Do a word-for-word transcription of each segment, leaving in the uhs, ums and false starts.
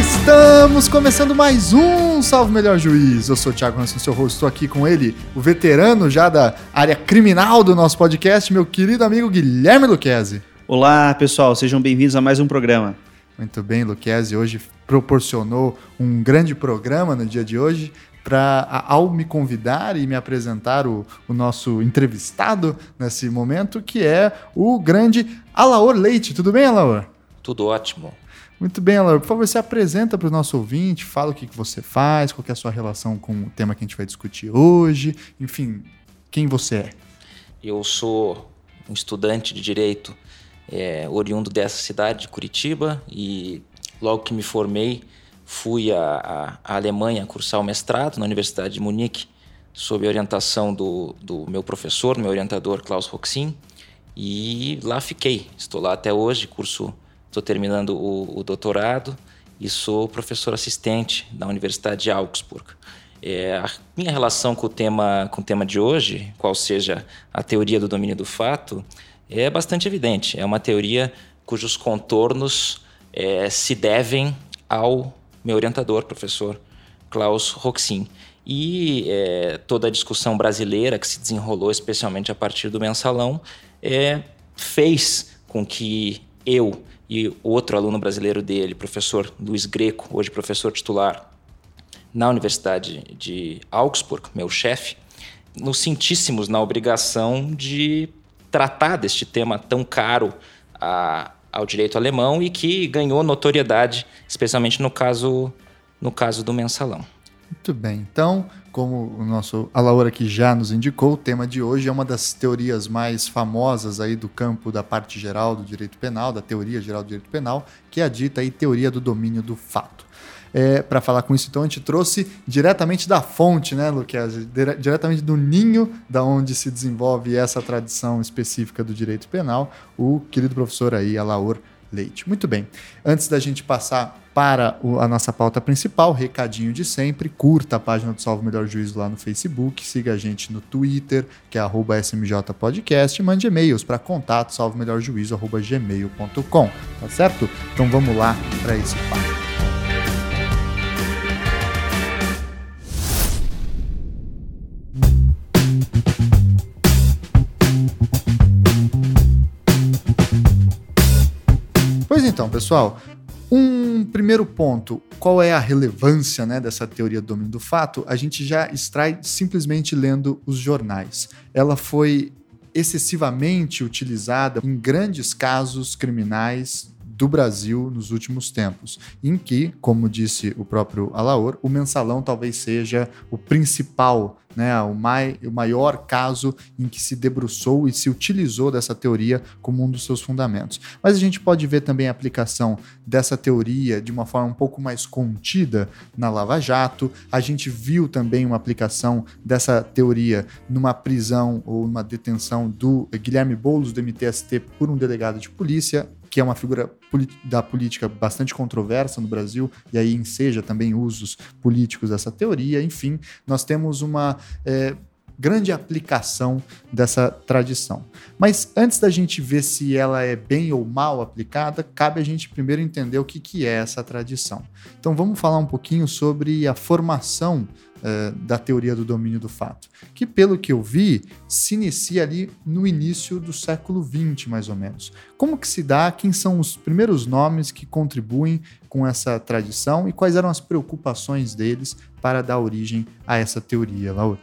Estamos começando mais um Salve Melhor Juiz. Eu sou o Thiago Hansen, seu host. Estou aqui com ele, o veterano já da área criminal do nosso podcast, meu querido amigo Guilherme Lucchesi. Olá, pessoal. Sejam bem-vindos a mais um programa. Muito bem, Lucchesi hoje proporcionou um grande programa no dia de hoje para, ao me convidar e me apresentar o, o nosso entrevistado nesse momento, que é o grande Alaor Leite. Tudo bem, Alaor? Tudo ótimo. Muito bem, Alaor. Por favor, se apresenta para o nosso ouvinte, fala o que, que você faz, qual que é a sua relação com o tema que a gente vai discutir hoje, enfim, quem você é. Eu sou um estudante de Direito é, oriundo dessa cidade, de Curitiba, e logo que me formei, fui à, à Alemanha cursar o mestrado na Universidade de Munique, sob a orientação do, do meu professor, meu orientador, Klaus Roxin, e lá fiquei. Estou lá até hoje, curso... Estou terminando o, o doutorado e sou professor assistente da Universidade de Augsburg. É, a minha relação com o, tema, com o tema de hoje, qual seja a teoria do domínio do fato, é bastante evidente. É uma teoria cujos contornos é, se devem ao meu orientador, professor Klaus Roxin. E é, toda a discussão brasileira que se desenrolou, especialmente a partir do mensalão, é, fez com que eu e outro aluno brasileiro dele, professor Luiz Greco, hoje professor titular na Universidade de Augsburg, meu chefe, nos sentíssemos na obrigação de tratar deste tema tão caro a, ao direito alemão e que ganhou notoriedade, especialmente no caso, no caso do mensalão. Muito bem, então, como o nosso Alaor aqui já nos indicou, o tema de hoje é uma das teorias mais famosas aí do campo da parte geral do direito penal, da teoria geral do direito penal, que é a dita aí teoria do domínio do fato. É, para falar com isso, então, a gente trouxe diretamente da fonte, né, Lucchesi? Diretamente do ninho da onde se desenvolve essa tradição específica do direito penal, o querido professor aí, Alaor Leite. Muito bem, antes da gente passar para a nossa pauta principal, recadinho de sempre, curta a página do Salve Melhor Juízo lá no Facebook, siga a gente no Twitter, que é arroba S M J Podcast, e mande e-mails para contato salve melhor juízo arroba gmail ponto com, tá certo? Então vamos lá para esse papo. Pois então, pessoal, um primeiro ponto, qual é a relevância, né, dessa teoria do domínio do fato? A gente já extrai simplesmente lendo os jornais. Ela foi excessivamente utilizada em grandes casos criminais do Brasil nos últimos tempos, em que, como disse o próprio Alaor, o mensalão talvez seja o principal, né, o, mai, o maior caso em que se debruçou e se utilizou dessa teoria como um dos seus fundamentos. Mas a gente pode ver também a aplicação dessa teoria de uma forma um pouco mais contida na Lava Jato. A gente viu também uma aplicação dessa teoria numa prisão ou numa detenção do Guilherme Boulos, do M T S T, por um delegado de polícia, que é uma figura da política bastante controversa no Brasil, e aí enseja também usos políticos dessa teoria. Enfim, nós temos uma é, grande aplicação dessa tradição. Mas antes da gente ver se ela é bem ou mal aplicada, cabe a gente primeiro entender o que, que é essa tradição. Então vamos falar um pouquinho sobre a formação Uh, da teoria do domínio do fato, que pelo que eu vi, se inicia ali no início do século vinte, mais ou menos. Como que se dá? Quem são os primeiros nomes que contribuem com essa tradição e quais eram as preocupações deles para dar origem a essa teoria, Laura?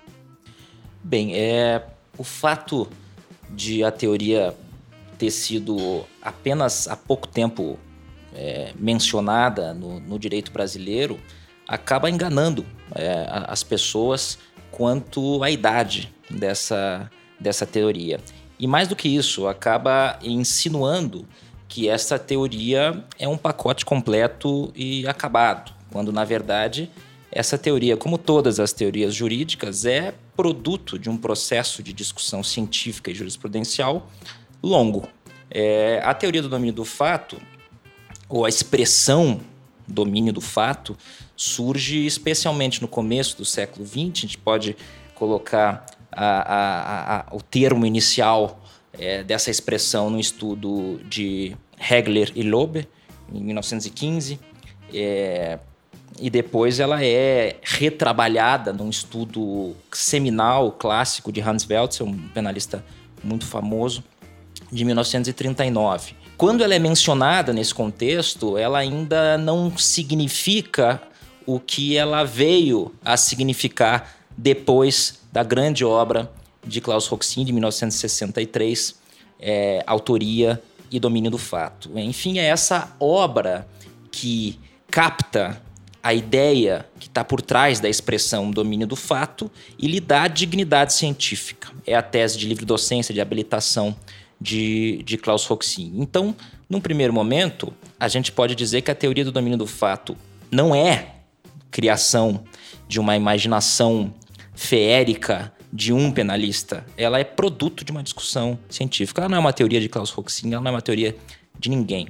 Bem, é, o fato de a teoria ter sido apenas há pouco tempo é, mencionada no, no direito brasileiro acaba enganando é, as pessoas quanto à idade dessa, dessa teoria. E mais do que isso, acaba insinuando que essa teoria é um pacote completo e acabado, quando, na verdade, essa teoria, como todas as teorias jurídicas, é produto de um processo de discussão científica e jurisprudencial longo. É, a teoria do domínio do fato, ou a expressão domínio do fato, surge especialmente no começo do século vinte. A gente pode colocar a, a, a, o termo inicial é, dessa expressão no estudo de Hegler e Lobe, em mil novecentos e quinze. É, e depois ela é retrabalhada num estudo seminal, clássico de Hans Welzel, um penalista muito famoso, de mil novecentos e trinta e nove. Quando ela é mencionada nesse contexto, ela ainda não significa o que ela veio a significar depois da grande obra de Klaus Roxin, de mil novecentos e sessenta e três, é, Autoria e Domínio do Fato. Enfim, é essa obra que capta a ideia que está por trás da expressão domínio do fato e lhe dá dignidade científica. É a tese de livre-docência, de habilitação de, de Klaus Roxin. Então, num primeiro momento, a gente pode dizer que a teoria do domínio do fato não é criação de uma imaginação feérica de um penalista. Ela é produto de uma discussão científica. Ela não é uma teoria de Klaus Roxin, ela não é uma teoria de ninguém.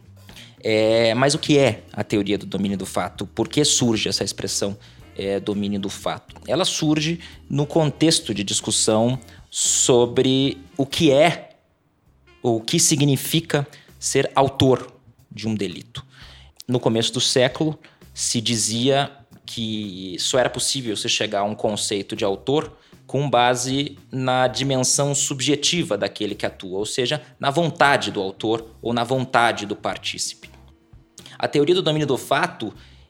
É, mas o que é a teoria do domínio do fato? Por que surge essa expressão é, domínio do fato? Ela surge no contexto de discussão sobre o que é, ou o que significa ser autor de um delito. No começo do século, se dizia que só era possível se chegar a um conceito de autor com base na dimensão subjetiva daquele que atua, ou seja, na vontade do autor ou na vontade do partícipe. A teoria do domínio do fato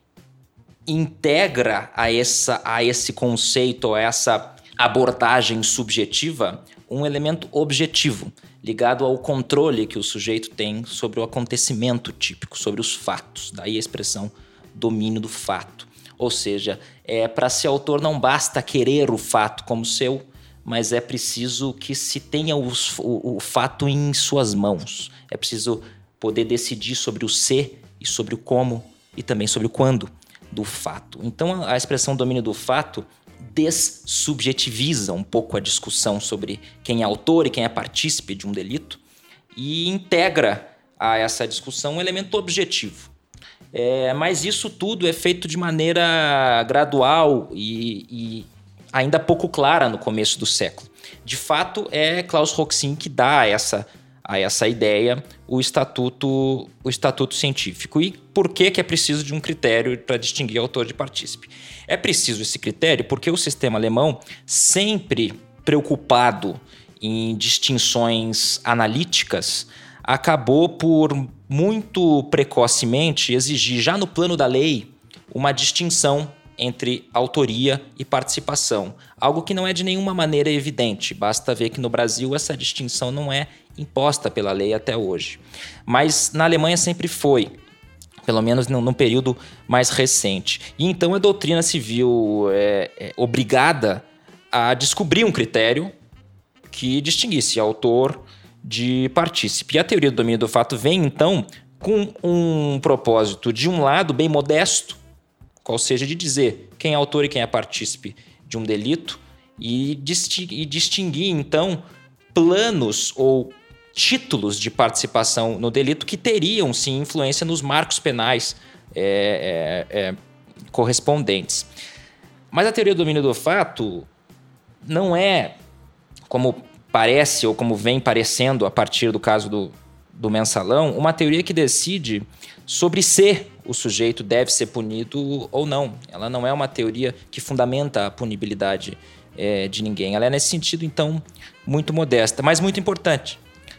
integra a, essa, a esse conceito, a essa abordagem subjetiva, um elemento objetivo, ligado ao controle que o sujeito tem sobre o acontecimento típico, sobre os fatos. Daí a expressão domínio do fato. Ou seja, é, para ser autor não basta querer o fato como seu, mas é preciso que se tenha os, o, o fato em suas mãos. É preciso poder decidir sobre o ser e sobre o como e também sobre o quando do fato. Então a expressão domínio do fato dessubjetiviza um pouco a discussão sobre quem é autor e quem é partícipe de um delito e integra a essa discussão um elemento objetivo. É, mas isso tudo é feito de maneira gradual e, e ainda pouco clara no começo do século. De fato, é Klaus Roxin que dá a essa, a essa ideia o estatuto, o estatuto científico. E por que, que é preciso de um critério para distinguir autor de partícipe? É preciso esse critério porque o sistema alemão, sempre preocupado em distinções analíticas, acabou por muito precocemente exigir, já no plano da lei, uma distinção entre autoria e participação. Algo que não é de nenhuma maneira evidente. Basta ver que no Brasil essa distinção não é imposta pela lei até hoje. Mas na Alemanha sempre foi, pelo menos num período mais recente. E então a doutrina se viu é, é, obrigada a descobrir um critério que distinguisse autor de partícipe. E a teoria do domínio do fato vem, então, com um propósito, de um lado, bem modesto, qual seja de dizer quem é autor e quem é partícipe de um delito, e distinguir, então, planos ou títulos de participação no delito que teriam, sim, influência nos marcos penais é, é, é, correspondentes. Mas a teoria do domínio do fato não é, como parece ou como vem parecendo a partir do caso do, do mensalão, uma teoria que decide sobre se o sujeito deve ser punido ou não. Ela não é uma teoria que fundamenta a punibilidade é, de ninguém. Ela é, nesse sentido, então, muito modesta, mas muito importante,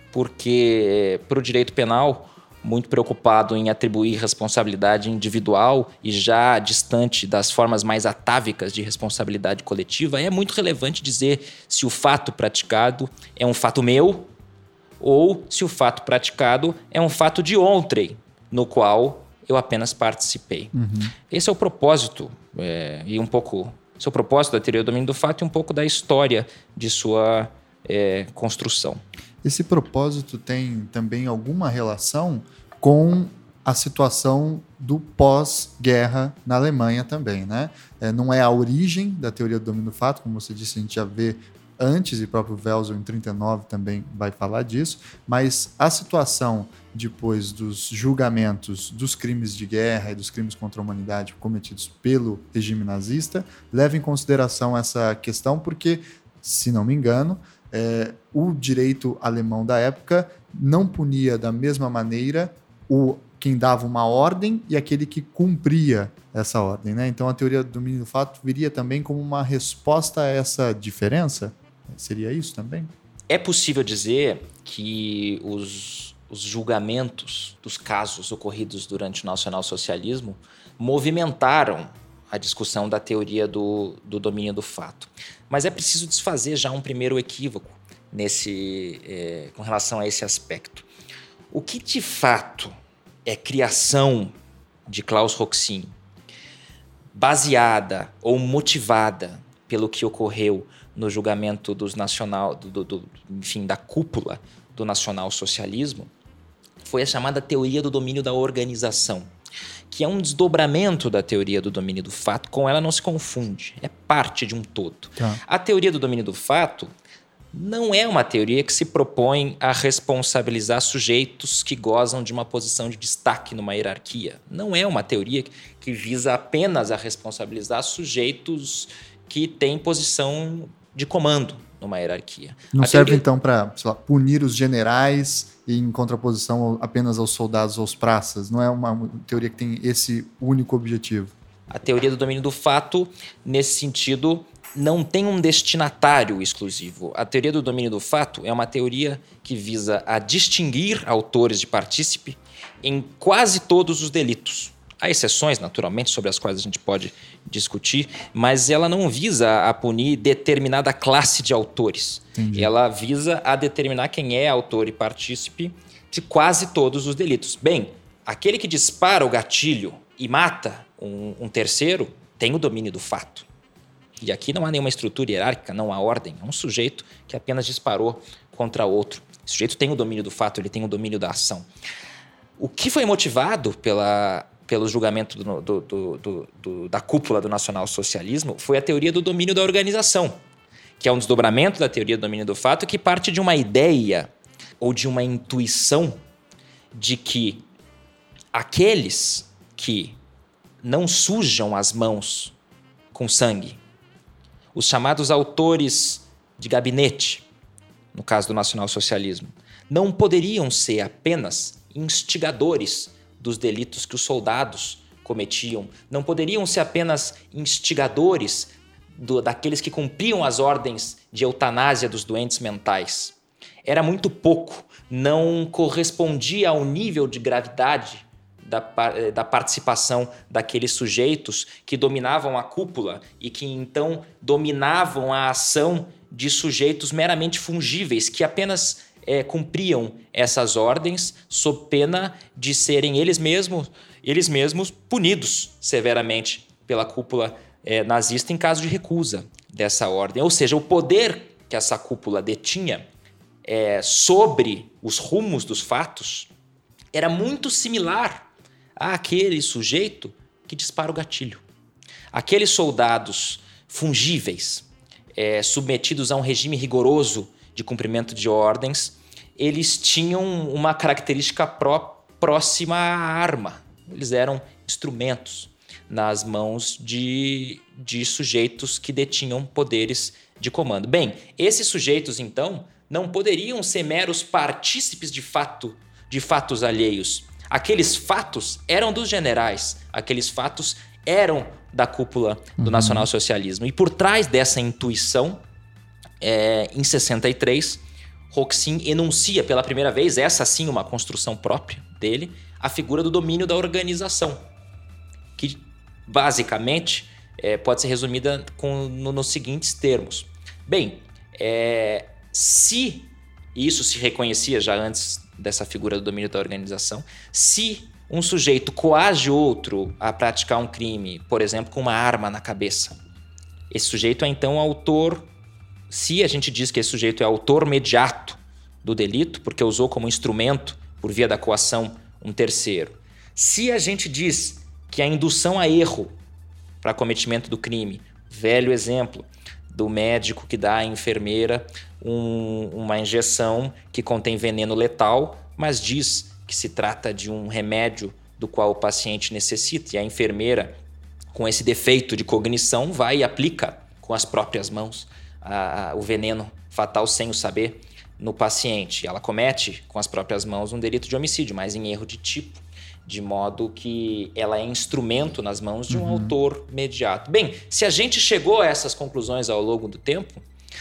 porque para o direito penal, muito preocupado em atribuir responsabilidade individual e já distante das formas mais atávicas de responsabilidade coletiva, é muito relevante dizer se o fato praticado é um fato meu ou se o fato praticado é um fato de outrem, no qual eu apenas participei. Uhum. Esse é o propósito, é, e um pouco... Esse é o propósito da teoria do domínio do fato e um pouco da história de sua é, construção. Esse propósito tem também alguma relação com a situação do pós-guerra na Alemanha também, né? É, não é a origem da teoria do domínio do fato, como você disse, a gente já vê antes, e o próprio Welzel em trinta e nove também vai falar disso, mas a situação depois dos julgamentos dos crimes de guerra e dos crimes contra a humanidade cometidos pelo regime nazista leva em consideração essa questão porque, se não me engano, é, o direito alemão da época não punia da mesma maneira o, quem dava uma ordem e aquele que cumpria essa ordem, né? Então a teoria do domínio do fato viria também como uma resposta a essa diferença? Seria isso também? É possível dizer que os, os julgamentos dos casos ocorridos durante o nacionalsocialismo movimentaram a discussão da teoria do, do domínio do fato. Mas é preciso desfazer já um primeiro equívoco nesse, é, com relação a esse aspecto. O que de fato é criação de Klaus Roxin, baseada ou motivada pelo que ocorreu no julgamento dos nacional, do, do, enfim, da cúpula do nacionalsocialismo, foi a chamada teoria do domínio da organização, que é um desdobramento da teoria do domínio do fato. Com ela não se confunde, é parte de um todo. Tá. A teoria do domínio do fato não é uma teoria que se propõe a responsabilizar sujeitos que gozam de uma posição de destaque numa hierarquia. Não é uma teoria que visa apenas a responsabilizar sujeitos que têm posição de comando numa hierarquia. Não a serve teoria... então para punir os generais e em contraposição apenas aos soldados ou aos praças? Não é uma teoria que tem esse único objetivo? A teoria do domínio do fato, nesse sentido, não tem um destinatário exclusivo. A teoria do domínio do fato é uma teoria que visa a distinguir autores de partícipe em quase todos os delitos. Há exceções, naturalmente, sobre as quais a gente pode discutir, mas ela não visa a punir determinada classe de autores. Entendi. Ela visa a determinar quem é autor e partícipe de quase todos os delitos. Bem, aquele que dispara o gatilho e mata um, um terceiro tem o domínio do fato. E aqui não há nenhuma estrutura hierárquica, não há ordem. É um sujeito que apenas disparou contra outro. O sujeito tem o domínio do fato, ele tem o domínio da ação. O que foi motivado pela... pelo julgamento do, do, do, do, do, da cúpula do nacionalsocialismo, foi a teoria do domínio da organização, que é um desdobramento da teoria do domínio do fato que parte de uma ideia ou de uma intuição de que aqueles que não sujam as mãos com sangue, os chamados autores de gabinete, no caso do nacionalsocialismo, não poderiam ser apenas instigadores dos delitos que os soldados cometiam, não poderiam ser apenas instigadores do, daqueles que cumpriam as ordens de eutanásia dos doentes mentais. Era muito pouco, não correspondia ao nível de gravidade da, da participação daqueles sujeitos que dominavam a cúpula e que então dominavam a ação de sujeitos meramente fungíveis, que apenas É, cumpriam essas ordens sob pena de serem eles mesmos, eles mesmos punidos severamente pela cúpula é, nazista em caso de recusa dessa ordem. Ou seja, o poder que essa cúpula detinha é, sobre os rumos dos fatos era muito similar àquele sujeito que dispara o gatilho. Aqueles soldados fungíveis, é, submetidos a um regime rigoroso de cumprimento de ordens, eles tinham uma característica pró- próxima à arma. Eles eram instrumentos nas mãos de, de sujeitos que detinham poderes de comando. Bem, esses sujeitos, então, não poderiam ser meros partícipes de fato, de fatos alheios. Aqueles fatos eram dos generais, aqueles fatos eram da cúpula do uhum. nacionalsocialismo. E por trás dessa intuição, É, em sessenta e três, Roxin enuncia pela primeira vez, essa sim uma construção própria dele, a figura do domínio da organização, que basicamente é, pode ser resumida com, no, nos seguintes termos. Bem, é, se, e isso se reconhecia já antes dessa figura do domínio da organização, se um sujeito coage outro a praticar um crime, por exemplo, com uma arma na cabeça, esse sujeito é então autor. Se a gente diz que esse sujeito é autor imediato do delito, porque usou como instrumento, por via da coação, um terceiro. Se a gente diz que a indução a erro para cometimento do crime, velho exemplo do médico que dá à enfermeira um, uma injeção que contém veneno letal, mas diz que se trata de um remédio do qual o paciente necessita, e a enfermeira, com esse defeito de cognição, vai e aplica com as próprias mãos A, a, o veneno fatal sem o saber no paciente. Ela comete com as próprias mãos um delito de homicídio, mas em erro de tipo, de modo que ela é instrumento nas mãos de um uhum. autor imediato. Bem, se a gente chegou a essas conclusões ao longo do tempo,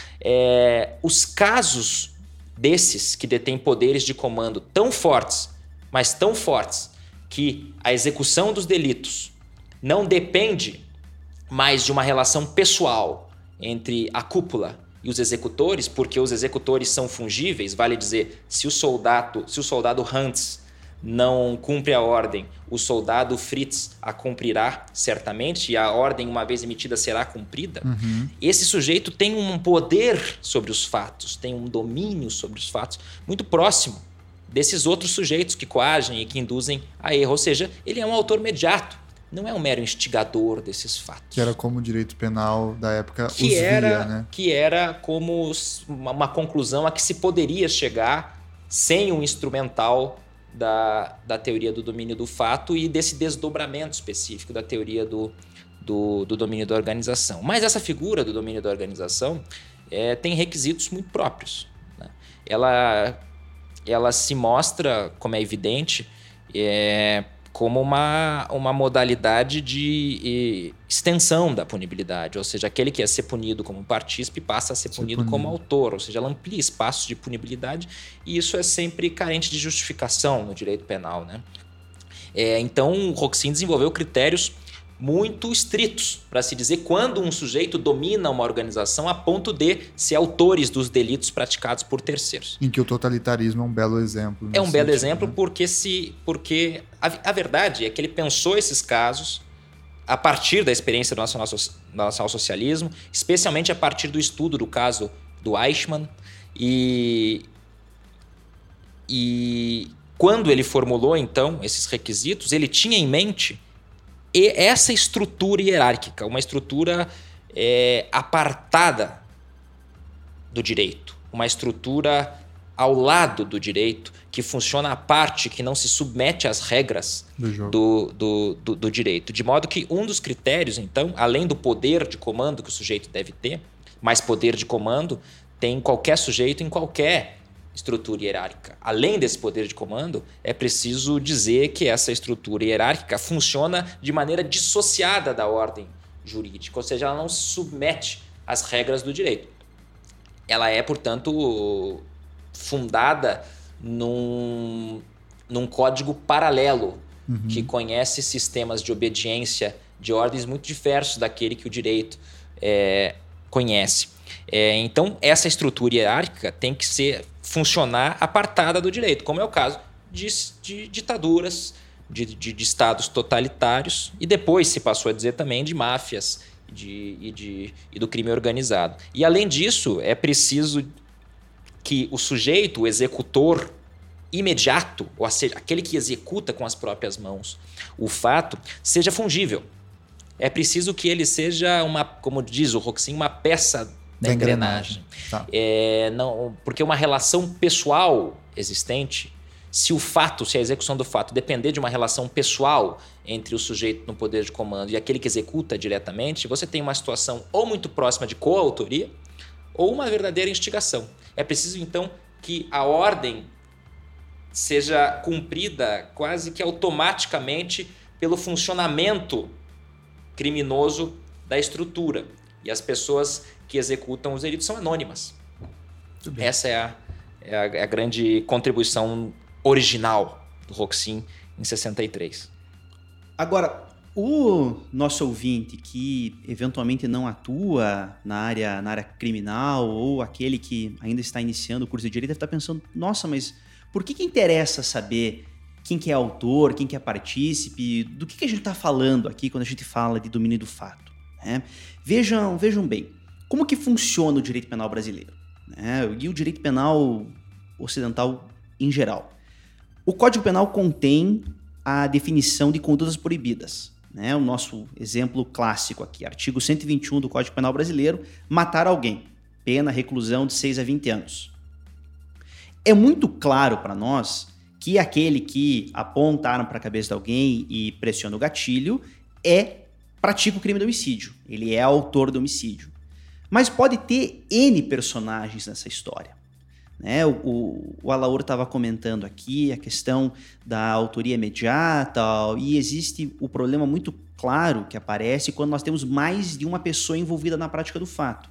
é, os casos desses que detêm poderes de comando tão fortes, mas tão fortes, que a execução dos delitos não depende mais de uma relação pessoal entre a cúpula e os executores, porque os executores são fungíveis, vale dizer, se o soldado, se o soldado Hans não cumpre a ordem, o soldado Fritz a cumprirá certamente, e a ordem, uma vez emitida, será cumprida. Uhum. Esse sujeito tem um poder sobre os fatos, tem um domínio sobre os fatos muito próximo desses outros sujeitos que coagem e que induzem a erro. Ou seja, ele é um autor imediato, não é um mero instigador desses fatos. Que era como o direito penal da época que os era, via, né? Que era como uma, uma conclusão a que se poderia chegar sem um instrumental da, da teoria do domínio do fato e desse desdobramento específico da teoria do, do, do domínio da organização. Mas essa figura do domínio da organização é, tem requisitos muito próprios, né? Ela, ela se mostra, como é evidente, é, como uma, uma modalidade de eh, extensão da punibilidade, ou seja, aquele que ia ser punido como partícipe passa a ser punido, punido como autor, ou seja, ela amplia espaços de punibilidade e isso é sempre carente de justificação no direito penal, né? É, então, o Roxin desenvolveu critérios muito estritos para se dizer quando um sujeito domina uma organização a ponto de ser autores dos delitos praticados por terceiros. Em que o totalitarismo é um belo exemplo. É um belo sentido, exemplo né? porque, se, porque a, a verdade é que ele pensou esses casos a partir da experiência do nacional, do nacionalsocialismo, especialmente a partir do estudo do caso do Eichmann. E, e quando ele formulou, então, esses requisitos, ele tinha em mente e essa estrutura hierárquica, uma estrutura é, apartada do direito, uma estrutura ao lado do direito, que funciona à parte, que não se submete às regras do, do, do, do, do direito. De modo que um dos critérios, então, além do poder de comando que o sujeito deve ter, mais poder de comando tem qualquer sujeito em qualquer estrutura hierárquica. Além desse poder de comando, é preciso dizer que essa estrutura hierárquica funciona de maneira dissociada da ordem jurídica, ou seja, ela não se submete às regras do direito. Ela é, portanto, fundada num, num código paralelo uhum. que conhece sistemas de obediência de ordens muito diversos daquele que o direito é, conhece. É, então, essa estrutura hierárquica tem que ser funcionar apartada do direito, como é o caso de, de ditaduras, de, de, de estados totalitários e depois se passou a dizer também de máfias de, e, de, e do crime organizado. E além disso, é preciso que o sujeito, o executor imediato, ou seja, aquele que executa com as próprias mãos o fato, seja fungível. É preciso que ele seja, uma, como diz o Roxin, uma peça da engrenagem. engrenagem. Tá. É, não, porque uma relação pessoal existente, se o fato, se a execução do fato depender de uma relação pessoal entre o sujeito no poder de comando e aquele que executa diretamente, você tem uma situação ou muito próxima de coautoria ou uma verdadeira instigação. É preciso, então, que a ordem seja cumprida quase que automaticamente pelo funcionamento criminoso da estrutura. E as pessoas que executam os delitos são anônimas. Essa é a, é, a, é a grande contribuição original do Roxin em sessenta e três. Agora, o nosso ouvinte que eventualmente não atua na área, na área criminal ou aquele que ainda está iniciando o curso de Direito deve estar pensando, nossa, mas por que, que interessa saber quem que é autor, quem que é partícipe, do que, que a gente está falando aqui quando a gente fala de domínio do fato? Né? Vejam, vejam bem, como que funciona o direito penal brasileiro, né? E o direito penal ocidental em geral. O Código Penal contém a definição de condutas proibidas, né? O nosso exemplo clássico aqui, artigo cento e vinte e um do Código Penal brasileiro, matar alguém, pena reclusão de seis a vinte anos. É muito claro para nós que aquele que aponta a arma para a cabeça de alguém e pressiona o gatilho é pratica o crime de homicídio. Ele é autor do homicídio. Mas pode ter N personagens nessa história. Né? O, o, o Alaor estava comentando aqui a questão da autoria imediata, e existe o problema muito claro que aparece quando nós temos mais de uma pessoa envolvida na prática do fato.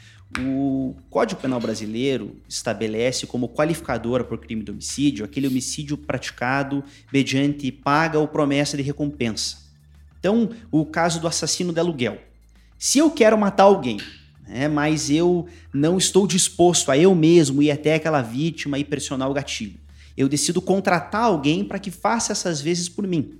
O Código Penal brasileiro estabelece como qualificador por crime de homicídio aquele homicídio praticado mediante paga ou promessa de recompensa. Então, o caso do assassino de aluguel. Se eu quero matar alguém, né, mas eu não estou disposto a eu mesmo ir até aquela vítima e pressionar o gatilho, eu decido contratar alguém para que faça essas vezes por mim.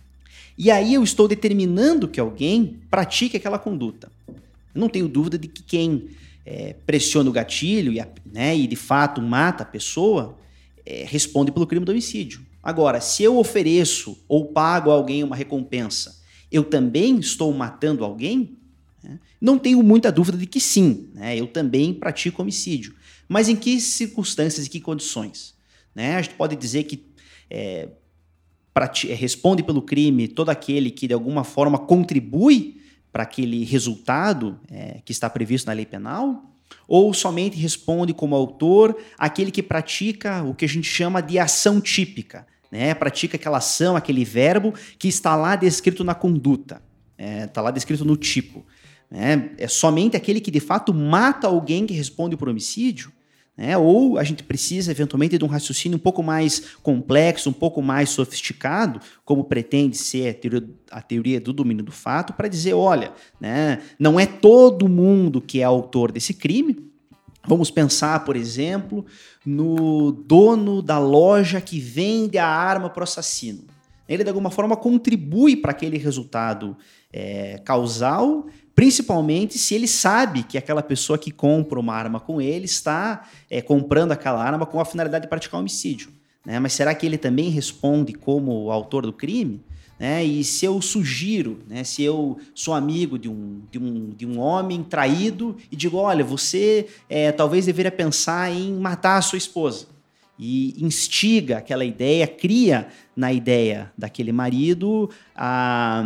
E aí eu estou determinando que alguém pratique aquela conduta. Eu não tenho dúvida de que quem é, pressiona o gatilho e, né, e de fato mata a pessoa, é, responde pelo crime de homicídio. Agora, se eu ofereço ou pago a alguém uma recompensa, eu também estou matando alguém? Né? Não tenho muita dúvida de que sim, né? Eu também pratico homicídio. Mas em que circunstâncias e que condições? Né? A gente pode dizer que é, prati- responde pelo crime todo aquele que de alguma forma contribui para aquele resultado é, que está previsto na lei penal, ou somente responde como autor aquele que pratica o que a gente chama de ação típica, né? Pratica aquela ação, aquele verbo que está lá descrito na conduta, é, está lá descrito no tipo. Né? É somente aquele que de fato mata alguém que responde por homicídio, né? Ou a gente precisa eventualmente de um raciocínio um pouco mais complexo, um pouco mais sofisticado, como pretende ser a teoria, a teoria do domínio do fato, para dizer, olha, né, não é todo mundo que é autor desse crime. Vamos pensar, por exemplo, no dono da loja que vende a arma para o assassino. Ele, de alguma forma, contribui para aquele resultado é, causal, principalmente se ele sabe que aquela pessoa que compra uma arma com ele está é, comprando aquela arma com a finalidade de praticar um homicídio. Né? Mas será que ele também responde como autor do crime? Né? E se eu sugiro, né, se eu sou amigo de um, de, um, de um homem traído e digo, olha, você é, talvez deveria pensar em matar a sua esposa, e instiga aquela ideia, cria na ideia daquele marido a...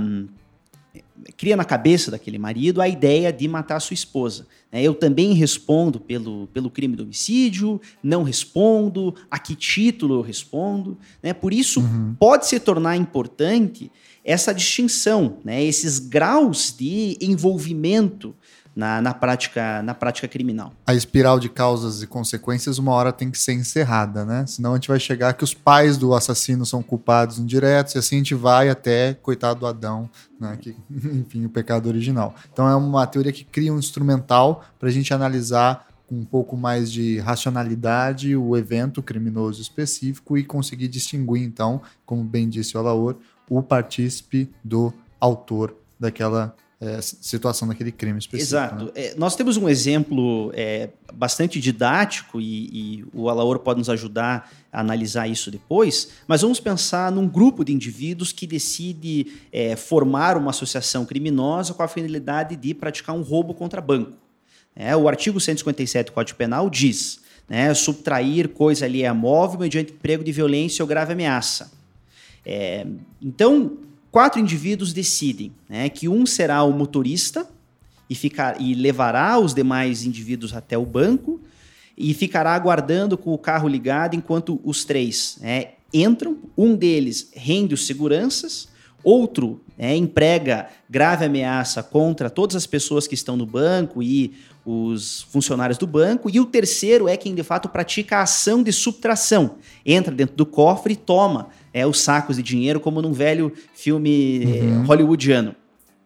cria na cabeça daquele marido a ideia de matar a sua esposa. Eu também respondo pelo, pelo crime de homicídio, não respondo, a que título eu respondo. Por isso, uhum. pode se tornar importante essa distinção, né? Esses graus de envolvimento na, na, prática, na prática criminal. A espiral de causas e consequências uma hora tem que ser encerrada, né? Senão a gente vai chegar que os pais do assassino são culpados indiretos e assim a gente vai até, coitado do Adão, né? Que, enfim, o pecado original. Então é uma teoria que cria um instrumental para a gente analisar com um pouco mais de racionalidade o evento criminoso específico e conseguir distinguir, então, como bem disse o Alaor, o partícipe do autor daquela É, situação daquele crime específico. Exato. Né? É, nós temos um exemplo é, bastante didático e, e o Alaor pode nos ajudar a analisar isso depois, mas vamos pensar num grupo de indivíduos que decide é, formar uma associação criminosa com a finalidade de praticar um roubo contra banco. É, o artigo cento e cinquenta e sete do Código Penal diz, né, subtrair coisa alheia móvel mediante emprego de violência ou grave ameaça. É, então, quatro indivíduos decidem, né, que um será o motorista e, ficar, e levará os demais indivíduos até o banco e ficará aguardando com o carro ligado enquanto os três, né, entram. Um deles rende os seguranças, outro né, emprega grave ameaça contra todas as pessoas que estão no banco e os funcionários do banco, e o terceiro é quem de fato pratica a ação de subtração. Entra dentro do cofre e toma é, os sacos de dinheiro, como num velho filme uhum. é, hollywoodiano.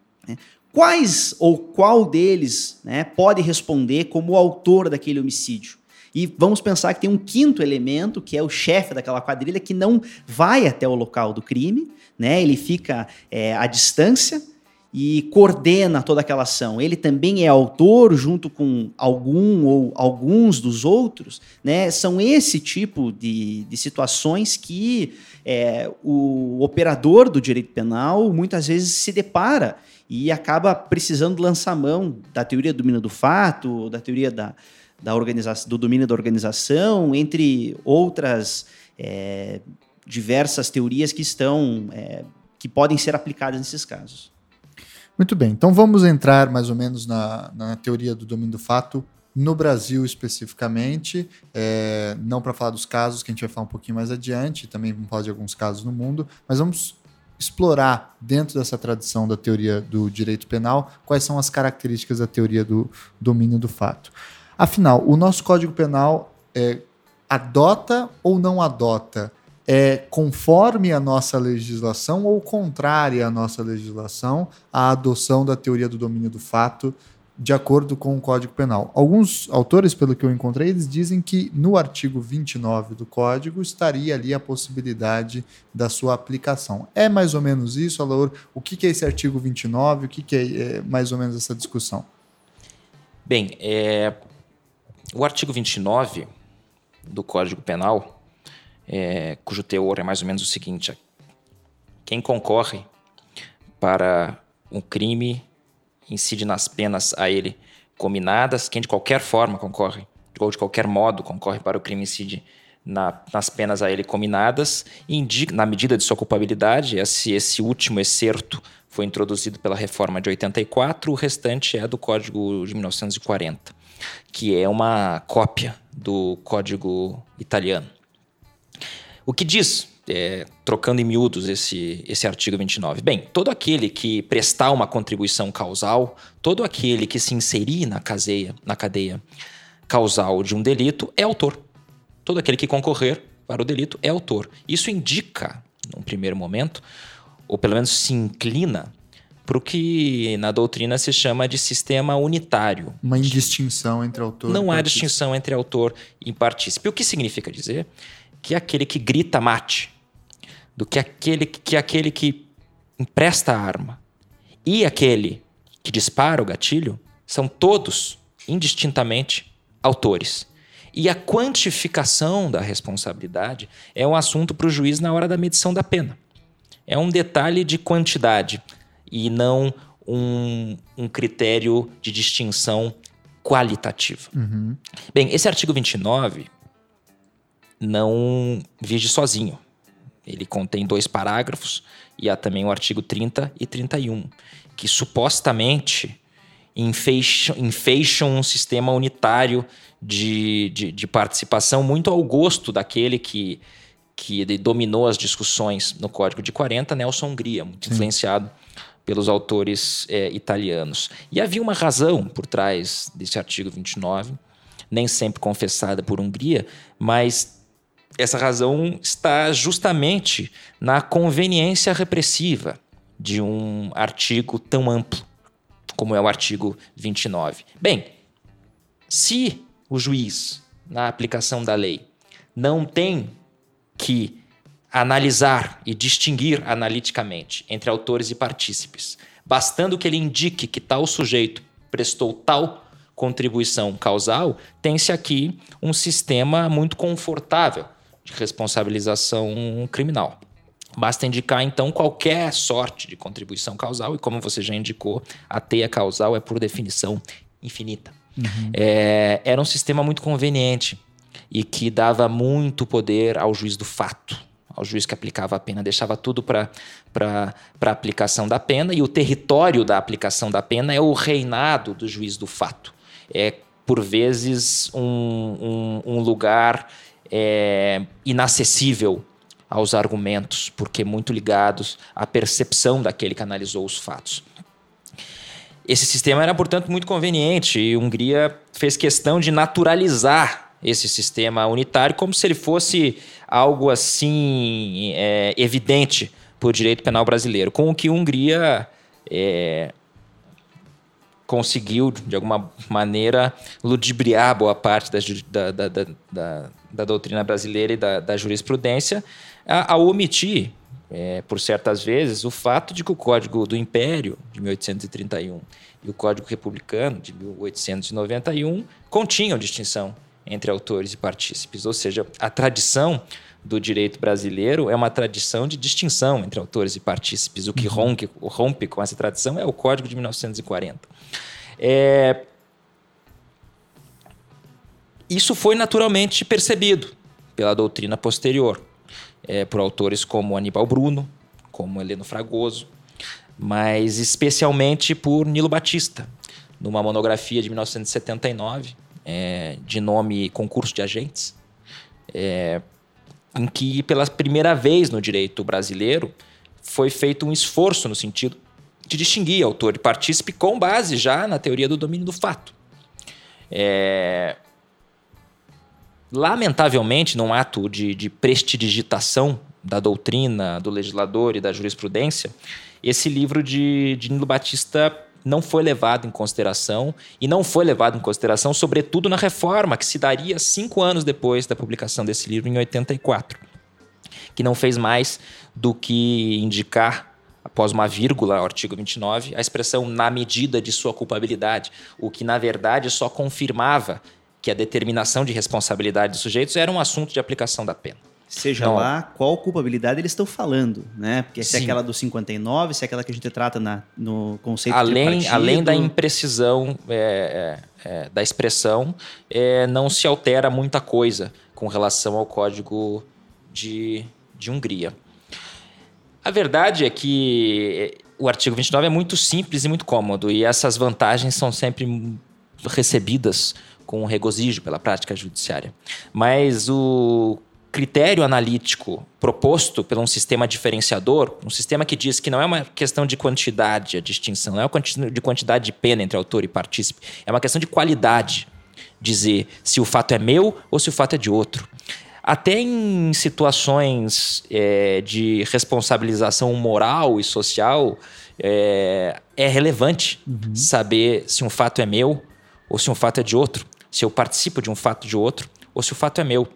Quais ou qual deles né, pode responder como o autor daquele homicídio? E vamos pensar que tem um quinto elemento, que é o chefe daquela quadrilha, que não vai até o local do crime, né? Ele fica é, à distância e coordena toda aquela ação. Ele também é autor junto com algum ou alguns dos outros, né? São esse tipo de, de situações que é, o operador do direito penal muitas vezes se depara e acaba precisando lançar mão da teoria do domínio do fato, da teoria da, da organização, do domínio da organização, entre outras é, diversas teorias que estão é, que podem ser aplicadas nesses casos. Muito bem, então vamos entrar mais ou menos na, na teoria do domínio do fato No Brasil, especificamente, é, não para falar dos casos, que a gente vai falar um pouquinho mais adiante, também vamos falar de alguns casos no mundo, mas vamos explorar, dentro dessa tradição da teoria do direito penal, quais são as características da teoria do domínio do fato. Afinal, o nosso Código Penal é, adota ou não adota? É conforme a nossa legislação ou contrária à nossa legislação a adoção da teoria do domínio do fato de acordo com o Código Penal? Alguns autores, pelo que eu encontrei, eles dizem que no artigo vinte e nove do Código estaria ali a possibilidade da sua aplicação. É mais ou menos isso, Alaor? O que é esse artigo vinte e nove? O que é mais ou menos essa discussão? Bem, é... o artigo vinte e nove do Código Penal, É, cujo teor é mais ou menos o seguinte: quem concorre para um crime incide nas penas a ele cominadas, quem de qualquer forma concorre, ou de qualquer modo concorre para o crime incide na, nas penas a ele cominadas, e indica, na medida de sua culpabilidade, esse, esse último excerto foi introduzido pela reforma de oitenta e quatro, o restante é do Código de mil novecentos e quarenta, que é uma cópia do Código italiano. O que diz, é, trocando em miúdos esse, esse artigo vinte e nove? Bem, todo aquele que prestar uma contribuição causal, todo aquele que se inserir na cadeia, na cadeia causal de um delito é autor. Todo aquele que concorrer para o delito é autor. Isso indica, num primeiro momento, ou pelo menos se inclina para o que na doutrina se chama de sistema unitário. Uma indistinção entre autor Não e há partícipe. distinção entre autor e partícipe. O que significa dizer que aquele que grita mate, do que aquele que, aquele que empresta a arma e aquele que dispara o gatilho são todos, indistintamente, autores. E a quantificação da responsabilidade é um assunto para o juiz na hora da medição da pena. É um detalhe de quantidade e não um, um critério de distinção qualitativa. Uhum. Bem, esse artigo vinte e nove não vige sozinho. Ele contém dois parágrafos e há também o artigo trinta e trinta e um, que supostamente enfeixam, enfeixam um sistema unitário de, de, de participação muito ao gosto daquele que, que dominou as discussões no Código de quarenta, Nelson Hungria, muito Sim. influenciado pelos autores é, italianos. E havia uma razão por trás desse artigo vinte e nove, nem sempre confessada por Hungria, mas essa razão está justamente na conveniência repressiva de um artigo tão amplo como é o artigo vinte e nove. Bem, se o juiz, na aplicação da lei, não tem que analisar e distinguir analiticamente entre autores e partícipes, bastando que ele indique que tal sujeito prestou tal contribuição causal, tem-se aqui um sistema muito confortável de responsabilização criminal. Basta indicar, então, qualquer sorte de contribuição causal e, como você já indicou, a teia causal é, por definição, infinita. Uhum. É, era um sistema muito conveniente e que dava muito poder ao juiz do fato, ao juiz que aplicava a pena, deixava tudo para a aplicação da pena, e o território da aplicação da pena é o reinado do juiz do fato. É, por vezes, um, um, um lugar é, inacessível aos argumentos, porque muito ligados à percepção daquele que analisou os fatos. Esse sistema era, portanto, muito conveniente, e a Hungria fez questão de naturalizar esse sistema unitário como se ele fosse algo assim é, evidente para o direito penal brasileiro, com o que a Hungria é, conseguiu, de alguma maneira, ludibriar boa parte da, da, da, da, da doutrina brasileira e da, da jurisprudência ao omitir, é, por certas vezes, o fato de que o Código do Império, de mil oitocentos e trinta e um, e o Código Republicano, de mil oitocentos e noventa e um, continham distinção entre autores e partícipes. Ou seja, a tradição do direito brasileiro é uma tradição de distinção entre autores e partícipes. O que rompe, rompe com essa tradição é o Código de mil novecentos e quarenta. É... Isso foi naturalmente percebido pela doutrina posterior, é, por autores como Aníbal Bruno, como Heleno Fragoso, mas especialmente por Nilo Batista, numa monografia de mil novecentos e setenta e nove, é, de nome Concurso de Agentes, é, em que pela primeira vez no direito brasileiro foi feito um esforço no sentido de distinguir autor e partícipe com base já na teoria do domínio do fato. É, lamentavelmente, num ato de, de prestidigitação da doutrina, do legislador e da jurisprudência, esse livro de, de Nilo Batista não foi levado em consideração, e não foi levado em consideração, sobretudo na reforma, que se daria cinco anos depois da publicação desse livro, em oitenta e quatro, que não fez mais do que indicar, após uma vírgula, ao artigo vinte e nove, a expressão na medida de sua culpabilidade, o que, na verdade, só confirmava que a determinação de responsabilidade dos sujeitos era um assunto de aplicação da pena. Seja Não. lá qual culpabilidade eles estão falando, né? Porque se é Sim. aquela do cinquenta e nove, se é aquela que a gente trata na, no conceito Além, tripartido. além da imprecisão é, é, é, da expressão, é, não se altera muita coisa com relação ao Código de, de Hungria. A verdade é que o artigo vinte e nove é muito simples e muito cômodo, e essas vantagens são sempre recebidas com regozijo pela prática judiciária. Mas o critério analítico proposto por um sistema diferenciador, um sistema que diz que não é uma questão de quantidade a distinção, não é uma quantidade de quantidade de pena entre autor e partícipe, é uma questão de qualidade, dizer se o fato é meu ou se o fato é de outro. Até em situações é, de responsabilização moral e social, é, é relevante uhum. saber se um fato é meu ou se um fato é de outro, se eu participo de um fato de outro ou se o fato é meu.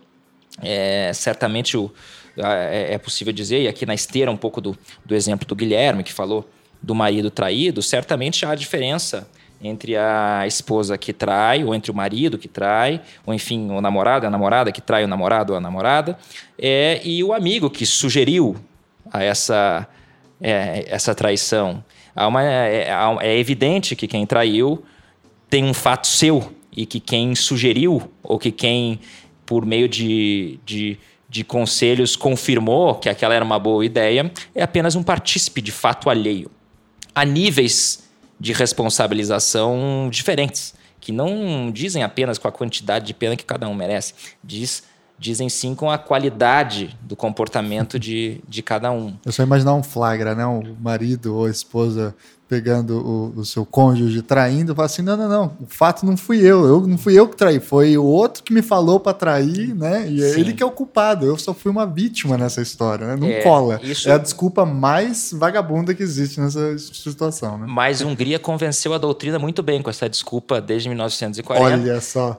É, certamente o, é, é possível dizer, e aqui na esteira um pouco do, do exemplo do Guilherme, que falou do marido traído, certamente há diferença entre a esposa que trai, ou entre o marido que trai, ou enfim, o namorado, a namorada que trai o namorado ou a namorada, é, e o amigo que sugeriu a essa, é, essa traição. Há uma, é, é evidente que quem traiu tem um fato seu, e que quem sugeriu, ou que quem, por meio de, de, de conselhos, confirmou que aquela era uma boa ideia, é apenas um partícipe de fato alheio. Há níveis de responsabilização diferentes, que não dizem apenas com a quantidade de pena que cada um merece, diz, dizem sim com a qualidade do comportamento de, de cada um. Eu só imaginar um flagra, né? O marido ou a esposa pegando o, o seu cônjuge traindo, fala assim, não, não, não, o fato não fui eu, eu não fui eu que traí, foi o outro que me falou para trair, né? E é ele que é o culpado, eu só fui uma vítima nessa história, né? Não é, cola. Isso... É a desculpa mais vagabunda que existe nessa situação, né? Mas Hungria convenceu a doutrina muito bem com essa desculpa desde mil novecentos e quarenta. Olha só.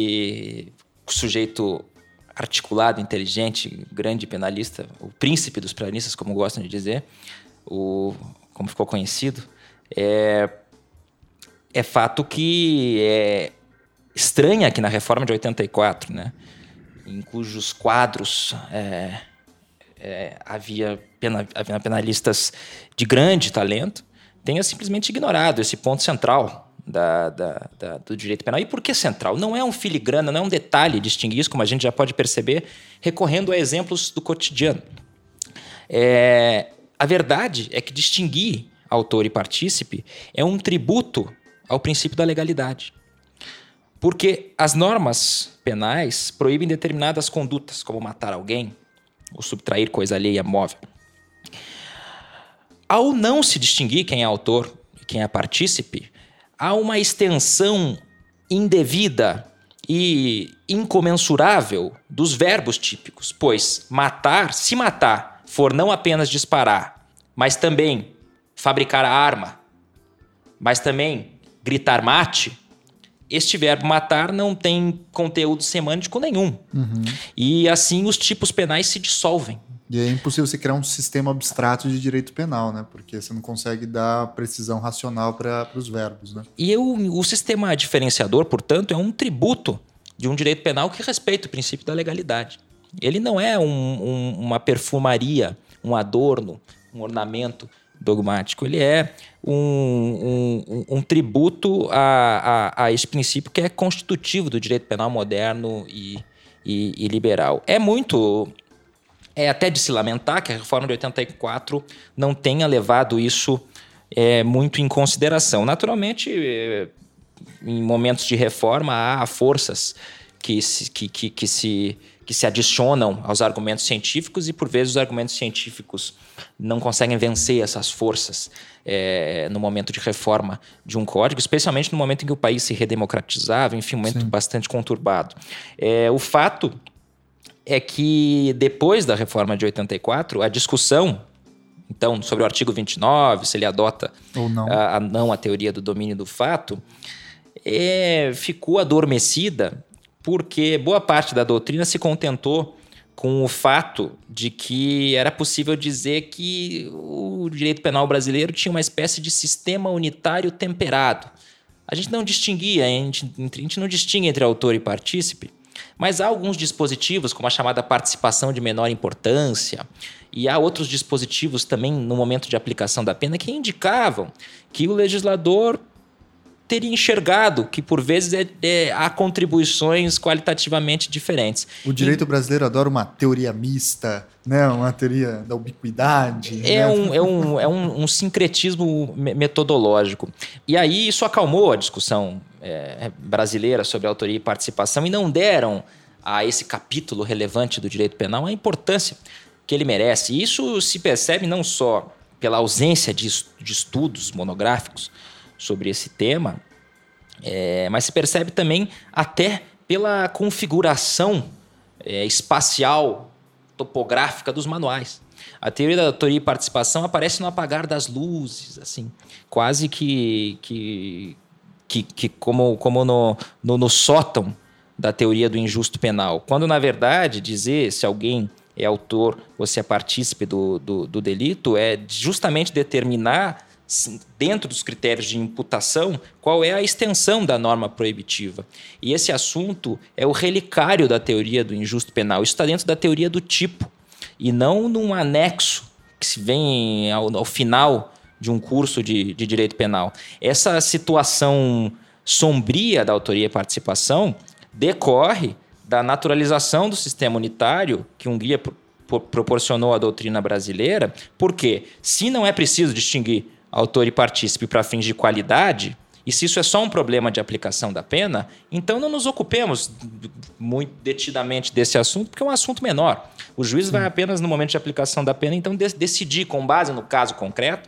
E o sujeito articulado, inteligente, grande penalista, o príncipe dos penalistas, como gostam de dizer, o, como ficou conhecido, É, é fato que é estranha aqui na reforma de oitenta e quatro, né, em cujos quadros é, é, havia, pena, havia penalistas de grande talento, tenha simplesmente ignorado esse ponto central da, da, da, do direito penal. E por que central? Não é um filigrana, não é um detalhe distinguir isso, como a gente já pode perceber, recorrendo a exemplos do cotidiano. É, a verdade é que distinguir autor e partícipe é um tributo ao princípio da legalidade. Porque as normas penais proíbem determinadas condutas, como matar alguém ou subtrair coisa alheia móvel. Ao não se distinguir quem é autor e quem é partícipe, há uma extensão indevida e incomensurável dos verbos típicos, pois matar, se matar for não apenas disparar, mas também fabricar a arma, mas também gritar mate, este verbo matar não tem conteúdo semântico nenhum. Uhum. E assim os tipos penais se dissolvem. E é impossível você criar um sistema abstrato de direito penal, né? Porque você não consegue dar precisão racional para os verbos, né? E o, o sistema diferenciador, portanto, é um tributo de um direito penal que respeita o princípio da legalidade. Ele não é um, um, uma perfumaria, um adorno, um ornamento dogmático. Ele é um, um, um tributo a, a, a esse princípio que é constitutivo do direito penal moderno e, e, e liberal. É muito... É até de se lamentar que a reforma de oitenta e quatro não tenha levado isso é, muito em consideração. Naturalmente, é, em momentos de reforma, há forças que se, que, que, que, se, que se adicionam aos argumentos científicos e, por vezes, os argumentos científicos não conseguem vencer essas forças é, no momento de reforma de um código, especialmente no momento em que o país se redemocratizava, enfim, um momento Sim. bastante conturbado. É, o fato é que, depois da reforma de oitenta e quatro, a discussão, então, sobre o artigo vinte e nove, se ele adota ou não a, a, não a teoria do domínio do fato, é, ficou adormecida porque boa parte da doutrina se contentou com o fato de que era possível dizer que o direito penal brasileiro tinha uma espécie de sistema unitário temperado. A gente não distinguia, a gente, a gente não distingue entre autor e partícipe, mas há alguns dispositivos, como a chamada participação de menor importância, e há outros dispositivos também no momento de aplicação da pena que indicavam que o legislador teria enxergado que, por vezes, é, é, há contribuições qualitativamente diferentes. O direito e, brasileiro adora uma teoria mista, né? Uma teoria da ubiquidade. É, né? um, é, um, é um, um sincretismo metodológico. E aí isso acalmou a discussão é, brasileira sobre autoria e participação e não deram a esse capítulo relevante do direito penal a importância que ele merece. E isso se percebe não só pela ausência de, de estudos monográficos sobre esse tema, é, mas se percebe também até pela configuração é, espacial, topográfica dos manuais. A teoria da autoria e participação aparece no apagar das luzes, assim, quase que, que, que, que como, como no, no, no sótão da teoria do injusto penal, quando, na verdade, dizer se alguém é autor ou se é partícipe do, do, do delito é justamente determinar, dentro dos critérios de imputação, qual é a extensão da norma proibitiva. E esse assunto é o relicário da teoria do injusto penal. Isso está dentro da teoria do tipo, e não num anexo que se vem ao, ao final de um curso de, de direito penal. Essa situação sombria da autoria e participação decorre da naturalização do sistema unitário que Hungria pro, pro, proporcionou à doutrina brasileira, porque se não é preciso distinguir autor e partícipe para fins de qualidade, e se isso é só um problema de aplicação da pena, então não nos ocupemos muito detidamente desse assunto, porque é um assunto menor. O juiz Sim. vai apenas, no momento de aplicação da pena, então decidir, com base no caso concreto,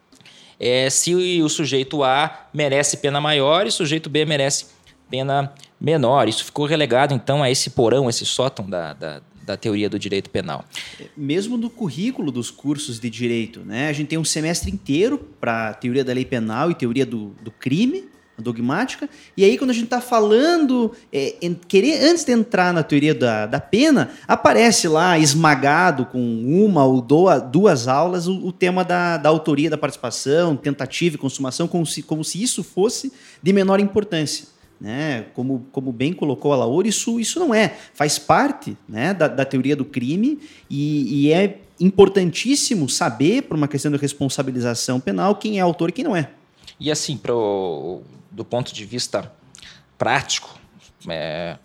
é, se o sujeito A merece pena maior e o sujeito B merece pena menor. Isso ficou relegado, então, a esse porão, esse sótão da, da, da teoria do direito penal. Mesmo no currículo dos cursos de direito, né? A gente tem um semestre inteiro para teoria da lei penal e teoria do, do crime, a dogmática, e aí quando a gente está falando, é, em, querer, antes de entrar na teoria da, da pena, aparece lá esmagado com uma ou doa, duas aulas o, o tema da, da autoria da participação, tentativa e consumação, como se, como se isso fosse de menor importância. Né? Como, como bem colocou a Laura, isso, isso não é. Faz parte, né, da, da teoria do crime e, e é importantíssimo saber, por uma questão de responsabilização penal, quem é autor e quem não é. E assim, pro, do ponto de vista prático, é,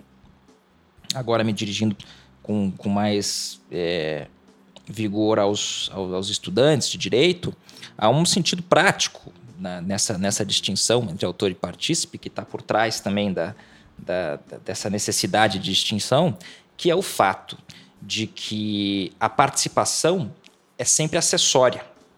agora me dirigindo com, com mais é, vigor aos, aos estudantes de direito, há um sentido prático Na, nessa, nessa distinção entre autor e partícipe, que está por trás também da, da, dessa necessidade de distinção, que é o fato de que a participação é sempre acessória.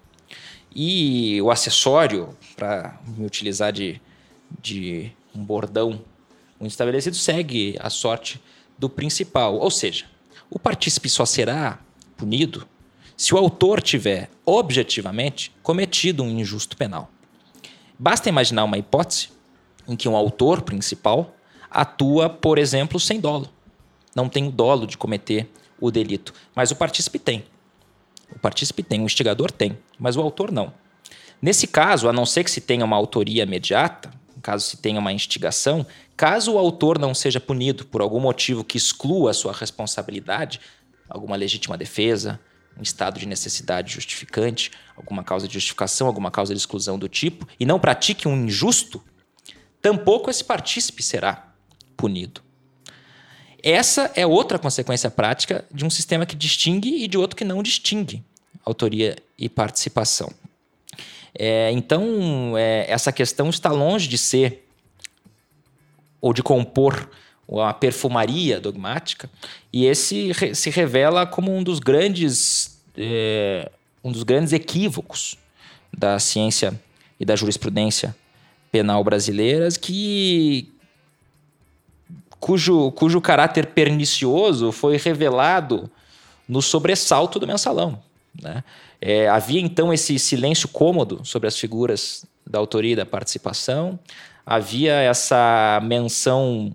E o acessório, para me utilizar de, de um bordão muito estabelecido, segue a sorte do principal. Ou seja, o partícipe só será punido se o autor tiver, objetivamente, cometido um injusto penal. Basta imaginar uma hipótese em que um autor principal atua, por exemplo, sem dolo. Não tem o dolo de cometer o delito, mas o partícipe tem. O partícipe tem, o instigador tem, mas o autor não. Nesse caso, a não ser que se tenha uma autoria imediata, caso se tenha uma instigação, caso o autor não seja punido por algum motivo que exclua a sua responsabilidade, alguma legítima defesa, um estado de necessidade justificante, alguma causa de justificação, alguma causa de exclusão do tipo, e não pratique um injusto, tampouco esse partícipe será punido. Essa é outra consequência prática de um sistema que distingue e de outro que não distingue autoria e participação. É, então, é, essa questão está longe de ser ou de compor a perfumaria dogmática, e esse re, se revela como um dos grandes, é, um dos grandes equívocos da ciência e da jurisprudência penal brasileiras, que, cujo, cujo caráter pernicioso foi revelado no sobressalto do mensalão, né? É, havia então esse silêncio cômodo sobre as figuras da autoria e da participação, havia essa menção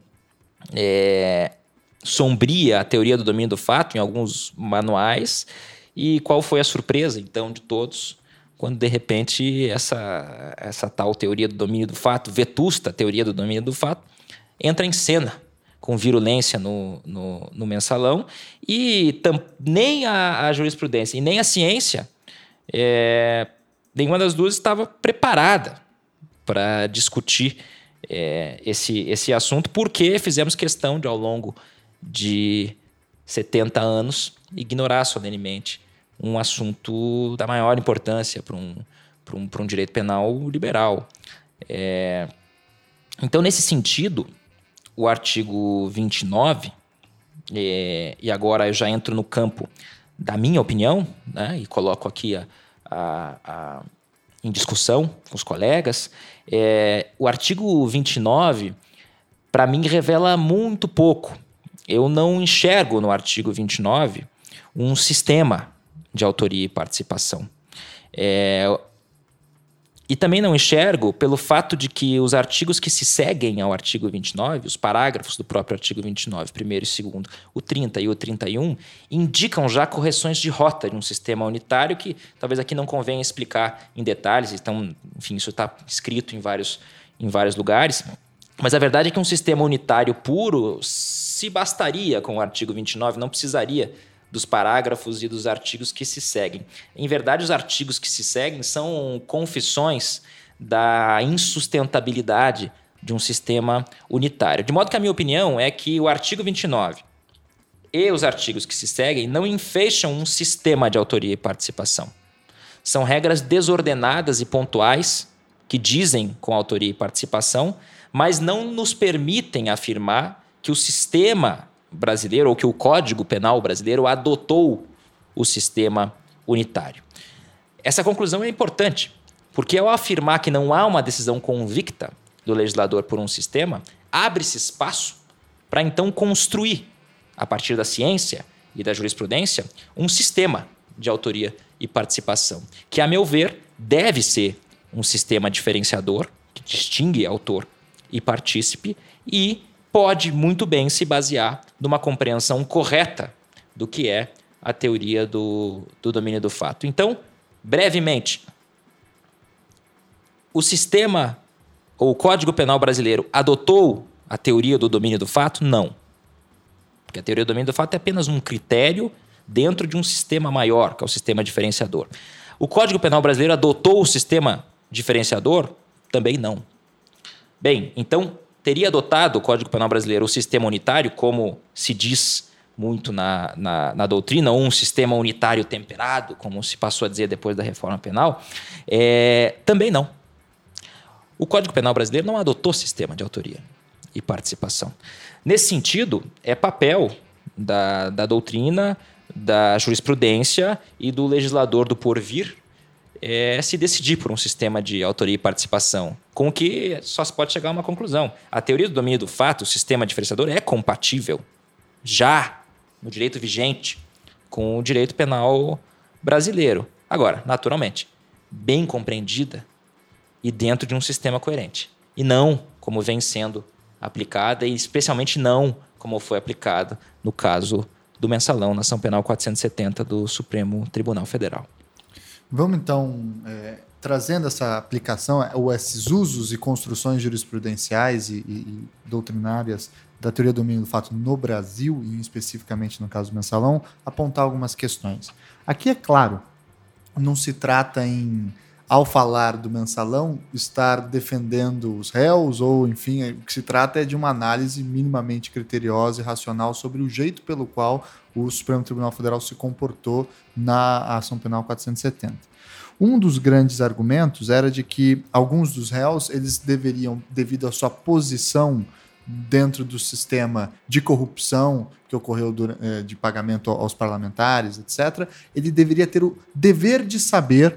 é, sombria à teoria do domínio do fato em alguns manuais, e qual foi a surpresa então de todos quando de repente essa, essa tal teoria do domínio do fato, vetusta teoria do domínio do fato, entra em cena com virulência no, no, no mensalão, e tam, nem a, a jurisprudência e nem a ciência, é, nenhuma das duas estava preparada para discutir é, esse, esse assunto, porque fizemos questão de, ao longo de setenta anos, ignorar solenemente um assunto da maior importância para um, para um, para um direito penal liberal. É, então, nesse sentido, o artigo vinte e nove, é, e agora eu já entro no campo da minha opinião, né, e coloco aqui a, a, a, em discussão com os colegas, é, o artigo vinte e nove, para mim, revela muito pouco. Eu não enxergo no artigo vinte e nove um sistema de autoria e participação. É, e também não enxergo pelo fato de que os artigos que se seguem ao artigo vinte e nove, os parágrafos do próprio artigo vinte e nove, primeiro e segundo, o trinta e o trinta e um, indicam já correções de rota de um sistema unitário que talvez aqui não convenha explicar em detalhes. Então, enfim, isso está escrito em vários, em vários lugares. Mas a verdade é que um sistema unitário puro se bastaria com o artigo vinte e nove, não precisaria dos parágrafos e dos artigos que se seguem. Em verdade, os artigos que se seguem são confissões da insustentabilidade de um sistema unitário. De modo que a minha opinião é que o artigo vinte e nove e os artigos que se seguem não enfecham um sistema de autoria e participação. São regras desordenadas e pontuais que dizem com autoria e participação, mas não nos permitem afirmar que o sistema brasileiro, ou que o Código Penal brasileiro adotou o sistema unitário. Essa conclusão é importante, porque ao afirmar que não há uma decisão convicta do legislador por um sistema, abre-se espaço para então construir, a partir da ciência e da jurisprudência, um sistema de autoria e participação, que, a meu ver, deve ser um sistema diferenciador, que distingue autor e partícipe, e pode muito bem se basear numa compreensão correta do que é a teoria do, do domínio do fato. Então, brevemente, o sistema ou o Código Penal brasileiro adotou a teoria do domínio do fato? Não. Porque a teoria do domínio do fato é apenas um critério dentro de um sistema maior, que é o sistema diferenciador. O Código Penal brasileiro adotou o sistema diferenciador? Também não. Bem, então, teria adotado o Código Penal brasileiro o sistema unitário, como se diz muito na, na, na doutrina, ou um sistema unitário temperado, como se passou a dizer depois da reforma penal? É, também não. O Código Penal brasileiro não adotou sistema de autoria e participação. Nesse sentido, é papel da, da doutrina, da jurisprudência e do legislador do porvir é se decidir por um sistema de autoria e participação, com o que só se pode chegar a uma conclusão. A teoria do domínio do fato, o sistema diferenciador, é compatível, já no direito vigente, com o direito penal brasileiro. Agora, naturalmente, bem compreendida e dentro de um sistema coerente. E não como vem sendo aplicada, e especialmente não como foi aplicada no caso do mensalão na ação penal quatrocentos e setenta do Supremo Tribunal Federal. Vamos, então, é, trazendo essa aplicação, ou esses usos e construções jurisprudenciais e, e, e doutrinárias da teoria do domínio do fato no Brasil, e especificamente no caso do mensalão, apontar algumas questões. Aqui, é claro, não se trata em, ao falar do mensalão, estar defendendo os réus, ou, enfim, o que se trata é de uma análise minimamente criteriosa e racional sobre o jeito pelo qual o Supremo Tribunal Federal se comportou na ação penal quatrocentos e setenta. Um dos grandes argumentos era de que alguns dos réus, eles deveriam, devido à sua posição dentro do sistema de corrupção que ocorreu durante, de pagamento aos parlamentares, etcétera, ele deveria ter o dever de saber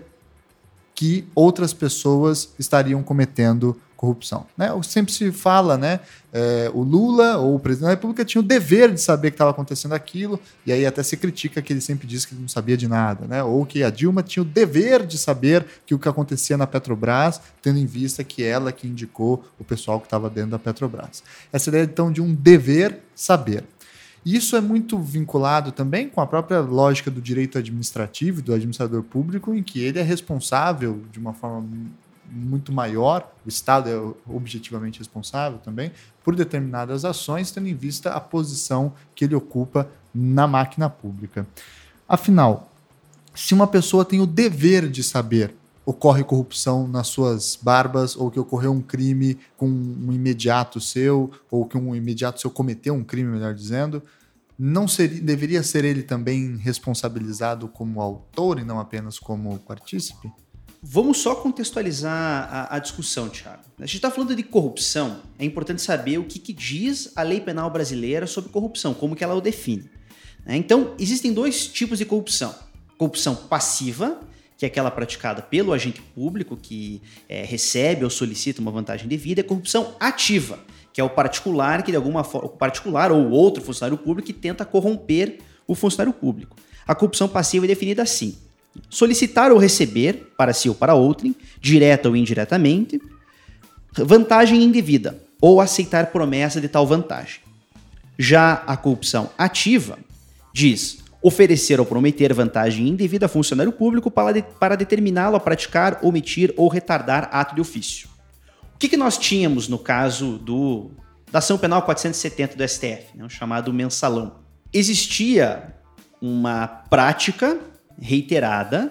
que outras pessoas estariam cometendo corrupção. Né? Sempre se fala, né, é, o Lula ou o presidente da República tinha o dever de saber que estava acontecendo aquilo, e aí até se critica que ele sempre disse que ele não sabia de nada, né? Ou que a Dilma tinha o dever de saber que o que acontecia na Petrobras, tendo em vista que ela que indicou o pessoal que estava dentro da Petrobras. Essa ideia, então, de um dever saber. E isso é muito vinculado também com a própria lógica do direito administrativo, do administrador público, em que ele é responsável de uma forma muito maior, o Estado é objetivamente responsável também, por determinadas ações, tendo em vista a posição que ele ocupa na máquina pública. Afinal, se uma pessoa tem o dever de saber ocorre corrupção nas suas barbas, ou que ocorreu um crime com um imediato seu, ou que um imediato seu cometeu um crime, melhor dizendo, não seria, deveria ser ele também responsabilizado como autor e não apenas como partícipe? Vamos só contextualizar a, a discussão, Thiago. A gente está falando de corrupção, é importante saber o que, que diz a lei penal brasileira sobre corrupção, como que ela o define. Então, existem dois tipos de corrupção. Corrupção passiva, que é aquela praticada pelo agente público que é, recebe ou solicita uma vantagem devida, e corrupção ativa, que é o particular que de alguma forma, o particular ou outro funcionário público que tenta corromper o funcionário público. A corrupção passiva é definida assim: solicitar ou receber, para si ou para outrem, direta ou indiretamente, vantagem indevida, ou aceitar promessa de tal vantagem. Já a corrupção ativa diz oferecer ou prometer vantagem indevida a funcionário público para, de, para determiná-lo a praticar, omitir ou retardar ato de ofício. O que, que nós tínhamos no caso do, da ação penal quatrocentos e setenta do S T F, né, o chamado mensalão? Existia uma prática reiterada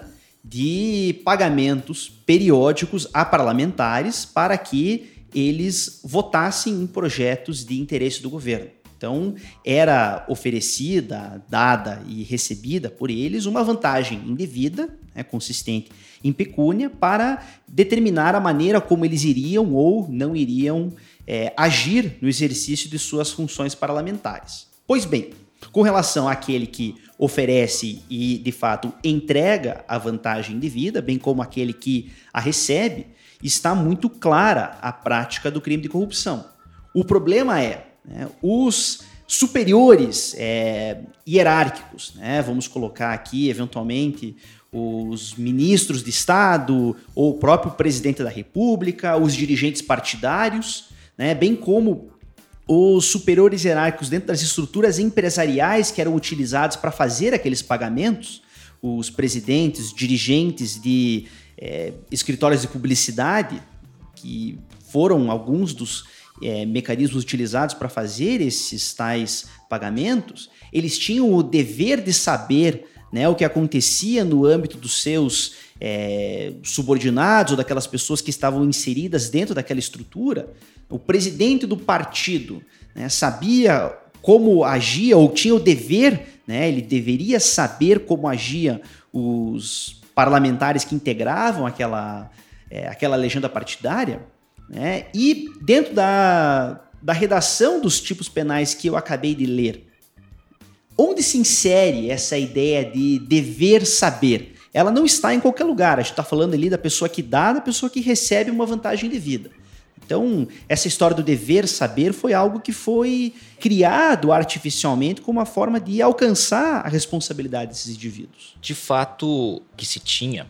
de pagamentos periódicos a parlamentares para que eles votassem em projetos de interesse do governo. Então, era oferecida, dada e recebida por eles uma vantagem indevida, né, consistente em pecúnia, para determinar a maneira como eles iriam ou não iriam é, agir no exercício de suas funções parlamentares. Pois bem, com relação àquele que oferece e, de fato, entrega a vantagem indevida, bem como aquele que a recebe, está muito clara a prática do crime de corrupção. O problema é, né, os superiores é, hierárquicos, né, vamos colocar aqui, eventualmente, os ministros de Estado ou o próprio presidente da República, os dirigentes partidários, né, bem como os superiores hierárquicos dentro das estruturas empresariais que eram utilizados para fazer aqueles pagamentos, os presidentes, dirigentes de é, escritórios de publicidade, que foram alguns dos é, mecanismos utilizados para fazer esses tais pagamentos, eles tinham o dever de saber, né, o que acontecia no âmbito dos seus é, subordinados ou daquelas pessoas que estavam inseridas dentro daquela estrutura. O presidente do partido, né, sabia como agia ou tinha o dever, né, ele deveria saber como agiam os parlamentares que integravam aquela, é, aquela legenda partidária, né, e dentro da, da redação dos tipos penais que eu acabei de ler, onde se insere essa ideia de dever saber? Ela não está em qualquer lugar. A gente está falando ali da pessoa que dá, da pessoa que recebe uma vantagem devida. Então, essa história do dever saber foi algo que foi criado artificialmente como uma forma de alcançar a responsabilidade desses indivíduos. De fato, o que se tinha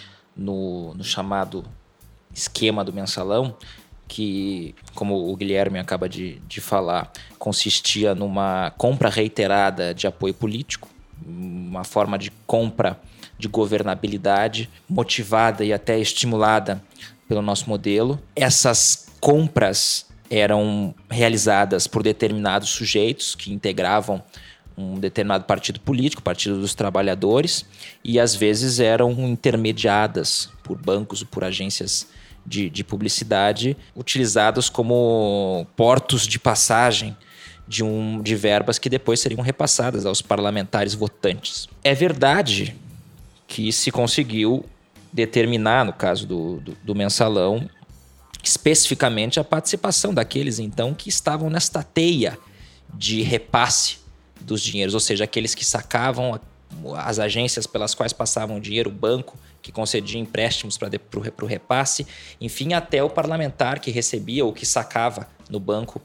no, no chamado esquema do mensalão, que, como o Guilherme acaba de, de falar, consistia numa compra reiterada de apoio político, uma forma de compra de governabilidade motivada e até estimulada pelo nosso modelo. Essas compras eram realizadas por determinados sujeitos que integravam um determinado partido político, Partido dos Trabalhadores, e às vezes eram intermediadas por bancos ou por agências de, de publicidade, utilizados como portos de passagem de, um, de verbas que depois seriam repassadas aos parlamentares votantes. É verdade que se conseguiu determinar, no caso do, do, do mensalão, que especificamente a participação daqueles, então, que estavam nesta teia de repasse dos dinheiros, ou seja, aqueles que sacavam as agências pelas quais passavam o dinheiro, o banco que concedia empréstimos para o repasse, enfim, até o parlamentar que recebia ou que sacava no banco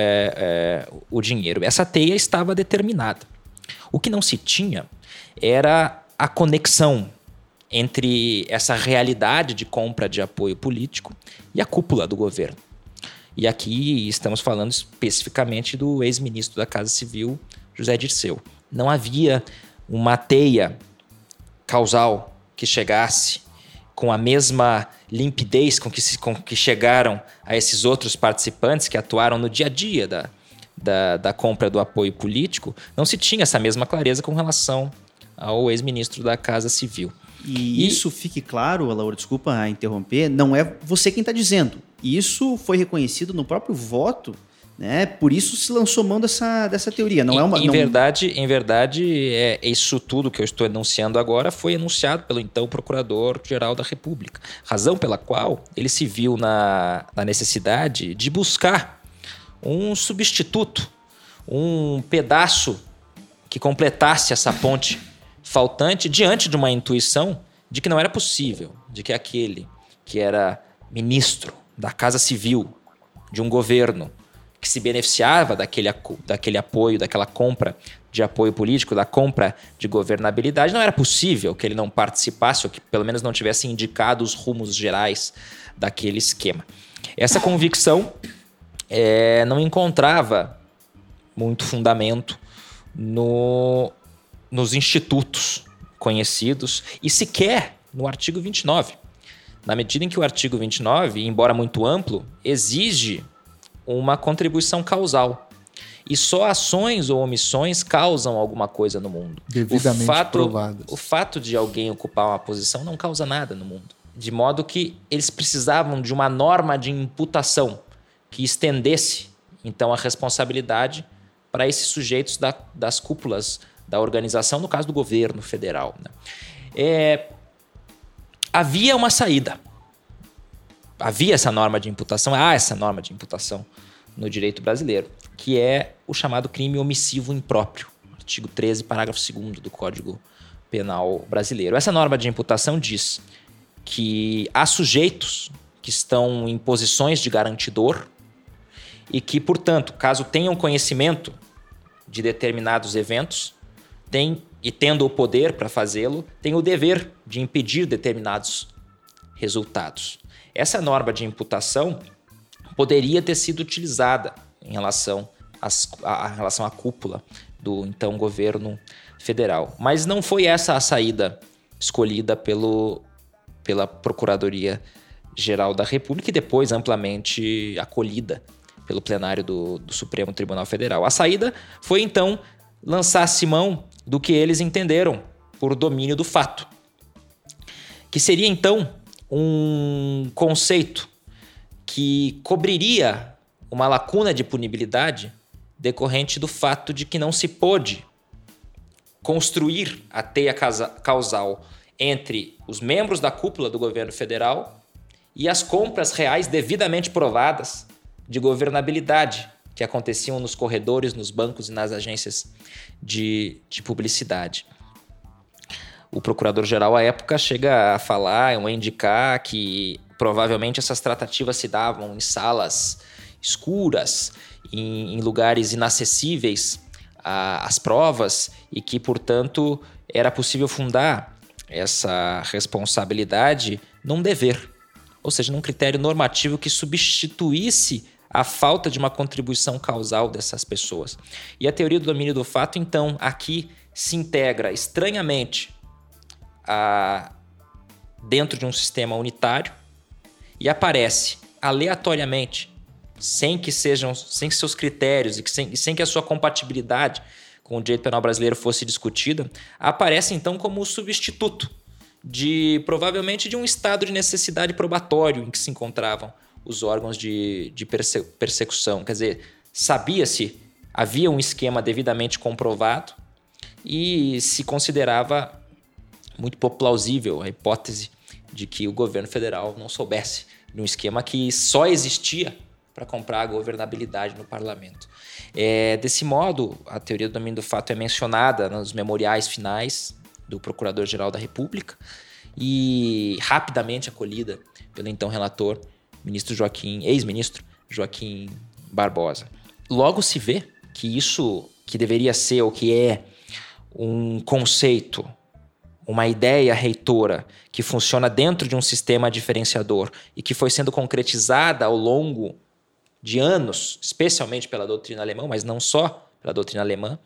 é, é, o dinheiro. Essa teia estava determinada. O que não se tinha era a conexão entre essa realidade de compra de apoio político e a cúpula do governo. E aqui estamos falando especificamente do ex-ministro da Casa Civil, José Dirceu. Não havia uma teia causal que chegasse com a mesma limpidez com que, se, com que chegaram a esses outros participantes que atuaram no dia a dia da, da, da compra do apoio político. Não se tinha essa mesma clareza com relação ao ex-ministro da Casa Civil. E, e isso fique claro, Laura, desculpa interromper, não é você quem está dizendo. Isso foi reconhecido no próprio voto, né? Por isso se lançou mão dessa, dessa teoria. Não em, é uma, em, não... verdade, em verdade, é, isso tudo que eu estou enunciando agora foi enunciado pelo então Procurador-Geral da República. Razão pela qual ele se viu na, na necessidade de buscar um substituto, um pedaço que completasse essa ponte faltante diante de uma intuição de que não era possível, de que aquele que era ministro da Casa Civil de um governo que se beneficiava daquele, daquele apoio, daquela compra de apoio político, da compra de governabilidade, não era possível que ele não participasse ou que pelo menos não tivesse indicado os rumos gerais daquele esquema. Essa convicção é, não encontrava muito fundamento no... nos institutos conhecidos e sequer no artigo vinte e nove. Na medida em que o artigo vinte e nove, embora muito amplo, exige uma contribuição causal. E só ações ou omissões causam alguma coisa no mundo. Devidamente o fato, provadas. O fato de alguém ocupar uma posição não causa nada no mundo. De modo que eles precisavam de uma norma de imputação que estendesse, então, a responsabilidade para esses sujeitos da, das cúpulas da organização, no caso do governo federal. Né? É, havia uma saída. Havia essa norma de imputação, há essa norma de imputação no direito brasileiro, que é o chamado crime omissivo impróprio, artigo treze, parágrafo segundo do Código Penal brasileiro. Essa norma de imputação diz que há sujeitos que estão em posições de garantidor e que, portanto, caso tenham conhecimento de determinados eventos, tem, e tendo o poder para fazê-lo, tem o dever de impedir determinados resultados. Essa norma de imputação poderia ter sido utilizada em relação, às, a, a relação à cúpula do então governo federal. Mas não foi essa a saída escolhida pelo, pela Procuradoria-Geral da República e depois amplamente acolhida pelo plenário do, do Supremo Tribunal Federal. A saída foi, então, lançar-se mão do que eles entenderam por domínio do fato, que seria, então, um conceito que cobriria uma lacuna de punibilidade decorrente do fato de que não se pôde construir a teia causal entre os membros da cúpula do governo federal e as compras reais devidamente provadas de governabilidade que aconteciam nos corredores, nos bancos e nas agências de, de publicidade. O procurador-geral, à época, chega a falar ou a indicar que provavelmente essas tratativas se davam em salas escuras, em, em lugares inacessíveis a, às provas e que, portanto, era possível fundar essa responsabilidade num dever, ou seja, num critério normativo que substituísse a falta de uma contribuição causal dessas pessoas. E a teoria do domínio do fato, então, aqui se integra estranhamente a, dentro de um sistema unitário e aparece aleatoriamente, sem que sejam, sem que seus critérios e que sem, sem que a sua compatibilidade com o direito penal brasileiro fosse discutida, aparece então como o substituto de, provavelmente, de um estado de necessidade probatório em que se encontravam os órgãos de, de perse- persecução. Quer dizer, sabia-se, havia um esquema devidamente comprovado e se considerava muito pouco plausível a hipótese de que o governo federal não soubesse num esquema que só existia para comprar a governabilidade no parlamento. É, desse modo, a teoria do domínio do fato é mencionada nos memoriais finais do Procurador-Geral da República e rapidamente acolhida pelo então relator, ministro Joaquim, ex-ministro Joaquim Barbosa. Logo se vê que isso que deveria ser o que é um conceito, uma ideia reitora que funciona dentro de um sistema diferenciador e que foi sendo concretizada ao longo de anos, especialmente pela doutrina alemã, mas não só pela doutrina alemã,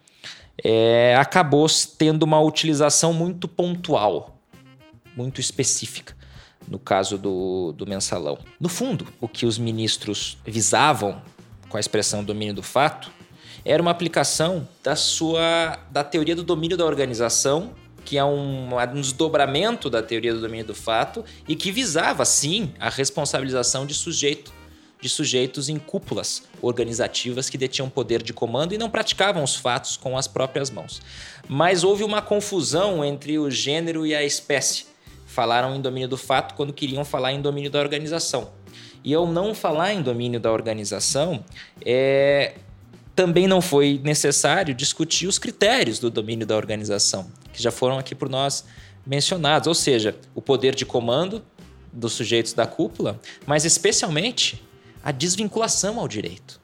é, acabou tendo uma utilização muito pontual, muito específica, no caso do, do mensalão. No fundo, o que os ministros visavam com a expressão domínio do fato era uma aplicação da, sua, da teoria do domínio da organização, que é um, um desdobramento da teoria do domínio do fato e que visava, sim, a responsabilização de sujeito de sujeitos em cúpulas organizativas que detinham poder de comando e não praticavam os fatos com as próprias mãos. Mas houve uma confusão entre o gênero e a espécie. Falaram em domínio do fato quando queriam falar em domínio da organização. E ao não falar em domínio da organização, é... também não foi necessário discutir os critérios do domínio da organização, que já foram aqui por nós mencionados, ou seja, o poder de comando dos sujeitos da cúpula, mas especialmente a desvinculação ao direito.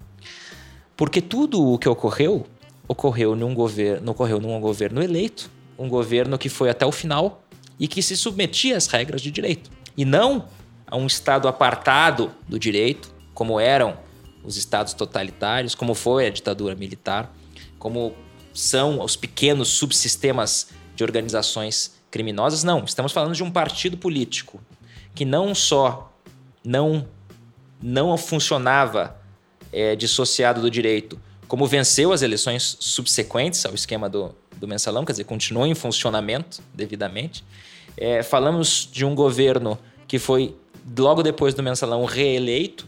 Porque tudo o que ocorreu, ocorreu num governo, ocorreu num governo eleito, um governo que foi até o final e que se submetia às regras de direito. E não a um Estado apartado do direito, como eram os estados totalitários, como foi a ditadura militar, como são os pequenos subsistemas de organizações criminosas. Não, estamos falando de um partido político que não só não não funcionava é, dissociado do direito, como venceu as eleições subsequentes ao esquema do, do mensalão, quer dizer, continuou em funcionamento devidamente. É, falamos de um governo que foi, logo depois do mensalão, reeleito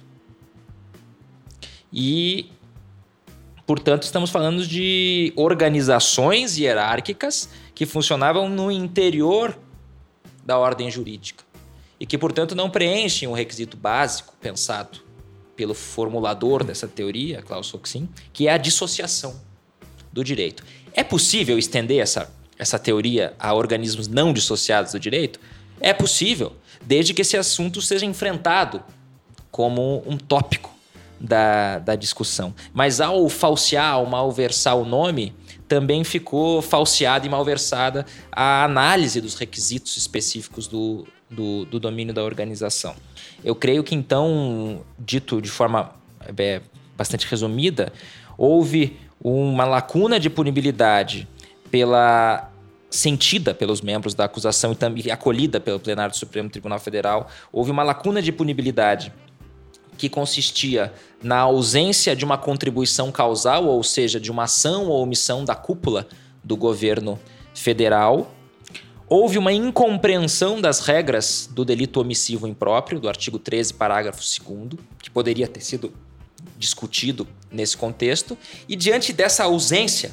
e, portanto, estamos falando de organizações hierárquicas que funcionavam no interior da ordem jurídica e que, portanto, não preenchem o requisito básico pensado pelo formulador dessa teoria, Klaus Hoxin, que é a dissociação do direito. É possível estender essa, essa teoria a organismos não dissociados do direito? É possível, desde que esse assunto seja enfrentado como um tópico da, da discussão. Mas ao falsear, ao malversar o nome, também ficou falseada e malversada a análise dos requisitos específicos do, do, do domínio da organização. Eu creio que, então, dito de forma é, bastante resumida, houve uma lacuna de punibilidade pela, sentida pelos membros da acusação e também acolhida pelo plenário do Supremo Tribunal Federal. Houve uma lacuna de punibilidade que consistia na ausência de uma contribuição causal, ou seja, de uma ação ou omissão da cúpula do governo federal. Houve uma incompreensão das regras do delito omissivo impróprio, do artigo treze, parágrafo segundo, que poderia ter sido discutido nesse contexto. E diante dessa ausência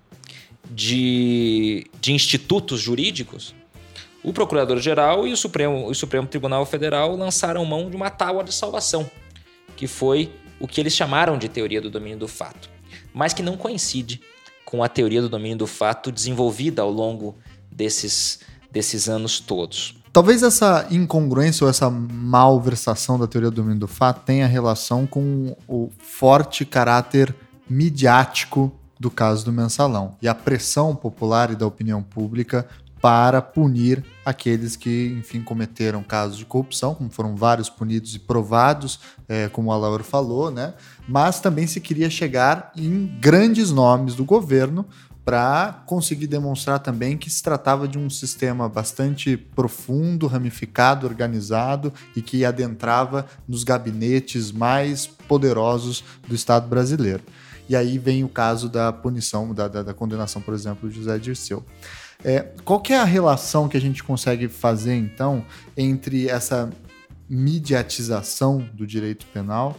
de, de institutos jurídicos, o Procurador-Geral e o Supremo, o Supremo Tribunal Federal lançaram mão de uma tábua de salvação, que foi o que eles chamaram de teoria do domínio do fato, mas que não coincide com a teoria do domínio do fato desenvolvida ao longo desses, desses anos todos. Talvez essa incongruência ou essa malversação da teoria do domínio do fato tenha relação com o forte caráter midiático do caso do mensalão e a pressão popular e da opinião pública para punir aqueles que, enfim, cometeram casos de corrupção, como foram vários punidos e provados, é, como o Alaor falou, né? Mas também se queria chegar em grandes nomes do governo para conseguir demonstrar também que se tratava de um sistema bastante profundo, ramificado, organizado e que adentrava nos gabinetes mais poderosos do Estado brasileiro. E aí vem o caso da punição, da, da, da condenação, por exemplo, de José Dirceu. É, qual que é a relação que a gente consegue fazer, então, entre essa mediatização do direito penal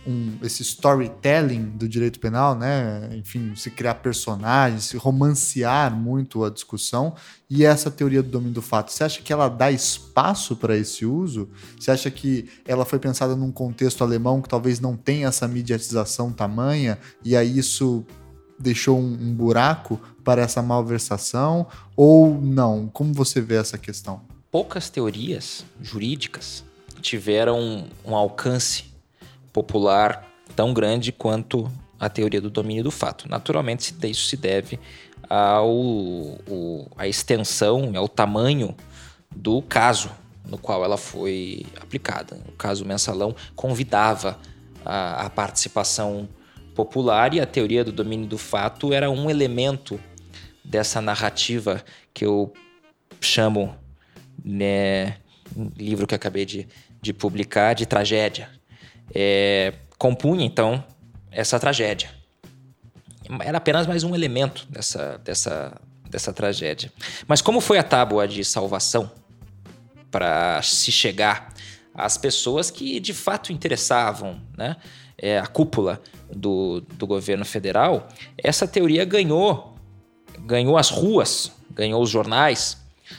um, esse storytelling do direito penal, né? Enfim, se criar personagens, se romancear muito a discussão, e essa teoria do domínio do fato, você acha que ela dá espaço para esse uso? Você acha que ela foi pensada num contexto alemão que talvez não tenha essa mediatização tamanha, e aí isso deixou um, um buraco para essa malversação, ou não? Como você vê essa questão? Poucas teorias jurídicas tiveram um alcance popular tão grande quanto a teoria do domínio do fato. Naturalmente, isso se deve ao, ao, à extensão e ao tamanho do caso no qual ela foi aplicada. O caso Mensalão convidava a, a participação popular, e a teoria do domínio do fato era um elemento dessa narrativa que eu chamo, né, um livro que eu acabei de, de publicar, de tragédia. É, compunha, então, essa tragédia. Era apenas mais um elemento dessa, dessa, dessa tragédia. Mas como foi a tábua de salvação para se chegar às pessoas que de fato interessavam, né? É, a cúpula do, do governo federal, essa teoria ganhou, ganhou as ruas, ganhou os jornais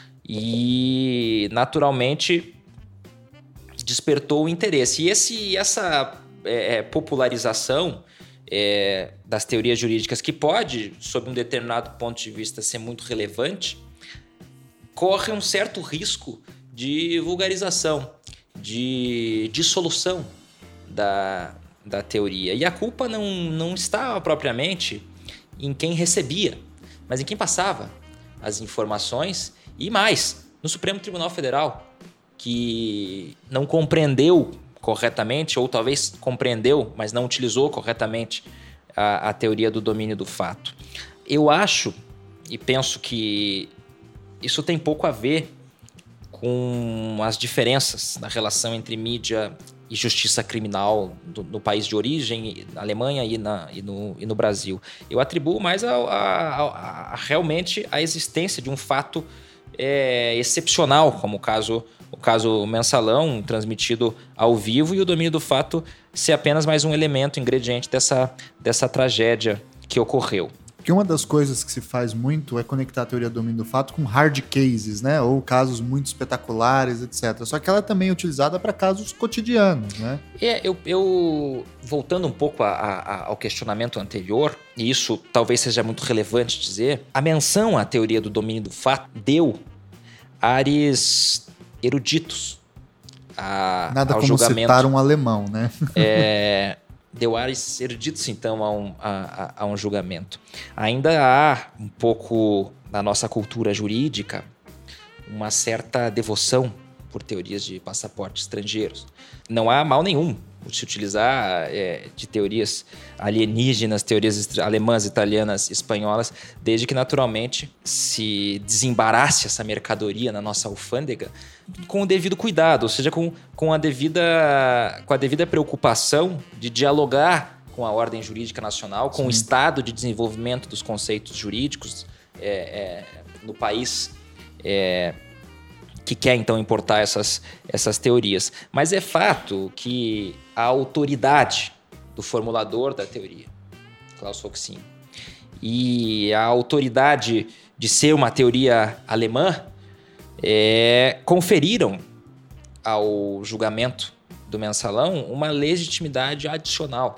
e, naturalmente, despertou o interesse. E esse, essa é, popularização é, das teorias jurídicas, que pode, sob um determinado ponto de vista, ser muito relevante, corre um certo risco de vulgarização, de dissolução da, da teoria. E a culpa não, não estava propriamente em quem recebia, mas em quem passava as informações, e mais, no Supremo Tribunal Federal, que não compreendeu corretamente, ou talvez compreendeu, mas não utilizou corretamente a, a teoria do domínio do fato. Eu acho e penso que isso tem pouco a ver com as diferenças na relação entre mídia e justiça criminal do, no país de origem, na Alemanha e, na, e, no, e no Brasil. Eu atribuo mais a, a, a, a realmente a existência de um fato é, excepcional, como o caso, o caso Mensalão, transmitido ao vivo, e o domínio do fato ser apenas mais um elemento, ingrediente dessa, dessa tragédia que ocorreu. Porque uma das coisas que se faz muito é conectar a teoria do domínio do fato com hard cases, né? Ou casos muito espetaculares, etcétera. Só que ela é também utilizada para casos cotidianos, né? É, eu, eu voltando um pouco a, a, ao questionamento anterior, e isso talvez seja muito relevante dizer, a menção à teoria do domínio do fato deu ares eruditos a, Nada ao como julgamento. Citar um alemão, né? É... deu ares eruditos, então, a um, a, a um julgamento. Ainda há um pouco, na nossa cultura jurídica, uma certa devoção por teorias de passaportes estrangeiros. Não há mal nenhum se utilizar é, de teorias alienígenas, teorias alemãs, italianas, espanholas, desde que, naturalmente, se desembarace essa mercadoria na nossa alfândega com o devido cuidado, ou seja, com, com, a, devida, com a devida preocupação de dialogar com a ordem jurídica nacional, com Sim. o estado de desenvolvimento dos conceitos jurídicos é, é, no país é, que quer, então, importar essas, essas teorias. Mas é fato que a autoridade do formulador da teoria, Klaus Hoxine, e a autoridade de ser uma teoria alemã é, conferiram ao julgamento do Mensalão uma legitimidade adicional,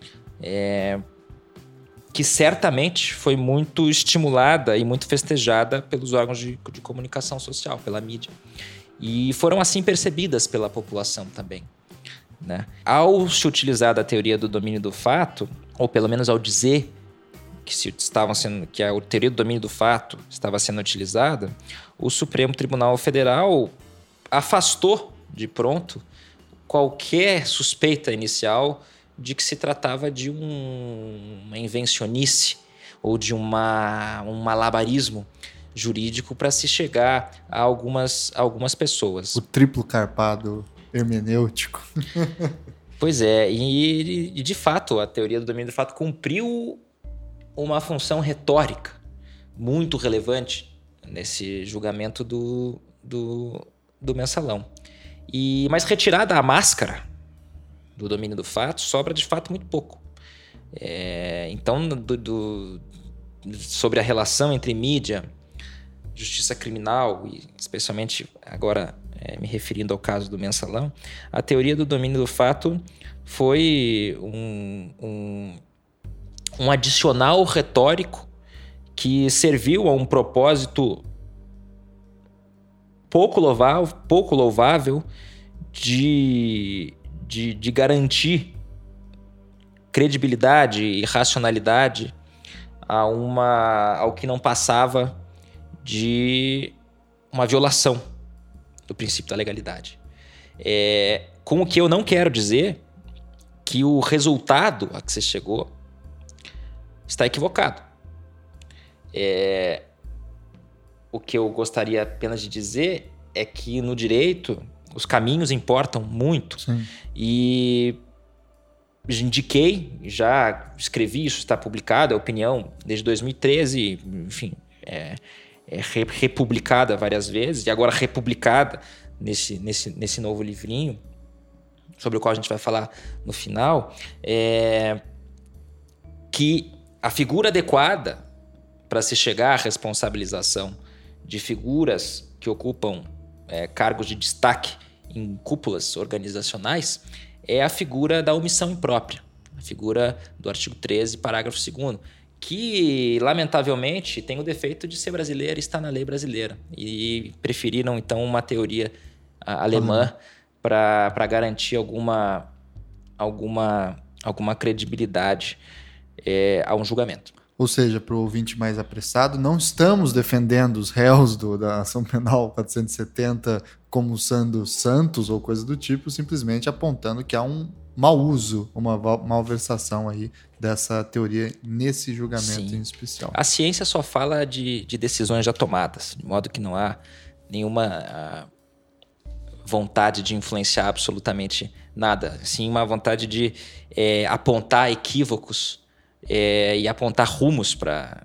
é, que certamente foi muito estimulada e muito festejada pelos órgãos de, de comunicação social, pela mídia. E foram assim percebidas pela população também, né? Ao se utilizar da teoria do domínio do fato, ou pelo menos ao dizer que, se estavam sendo, que a teoria do domínio do fato estava sendo utilizada, o Supremo Tribunal Federal afastou de pronto qualquer suspeita inicial de que se tratava de um, uma invencionice ou de uma, um malabarismo jurídico para se chegar a algumas, a algumas pessoas. O triplo carpado hermenêutico. Pois é, e, e de fato a teoria do domínio do fato cumpriu uma função retórica muito relevante nesse julgamento do, do, do Mensalão. E, mas retirada a máscara do domínio do fato, sobra de fato muito pouco. É, então, do, do, sobre a relação entre mídia, justiça criminal, e especialmente agora é, me referindo ao caso do Mensalão, a teoria do domínio do fato foi um, um, um adicional retórico que serviu a um propósito pouco louvável, pouco louvável de, de, de garantir credibilidade e racionalidade a uma, ao que não passava de uma violação do princípio da legalidade. É, com o que eu não quero dizer que o resultado a que você chegou está equivocado. É, o que eu gostaria apenas de dizer é que no direito os caminhos importam muito. Sim. E indiquei, já escrevi, isso está publicado, é opinião desde dois mil e treze, enfim, é, é republicada várias vezes, e agora republicada nesse, nesse, nesse novo livrinho, sobre o qual a gente vai falar no final, é que a figura adequada para se chegar à responsabilização de figuras que ocupam é, cargos de destaque em cúpulas organizacionais é a figura da omissão imprópria, a figura do artigo treze, parágrafo segundo, que, lamentavelmente, tem o defeito de ser brasileira e está na lei brasileira. E preferiram, então, uma teoria a, alemã para garantir alguma, alguma, alguma credibilidade é, a um julgamento. Ou seja, para o ouvinte mais apressado, não estamos defendendo os réus do, da ação penal quatrocentos e setenta como sendo santos ou coisa do tipo, simplesmente apontando que há um mau uso, uma malversação aí dessa teoria nesse julgamento. Sim. Em especial. A ciência só fala de, de decisões já tomadas, de modo que não há nenhuma vontade de influenciar absolutamente nada. Sim, uma vontade de é, apontar equívocos É, e apontar rumos para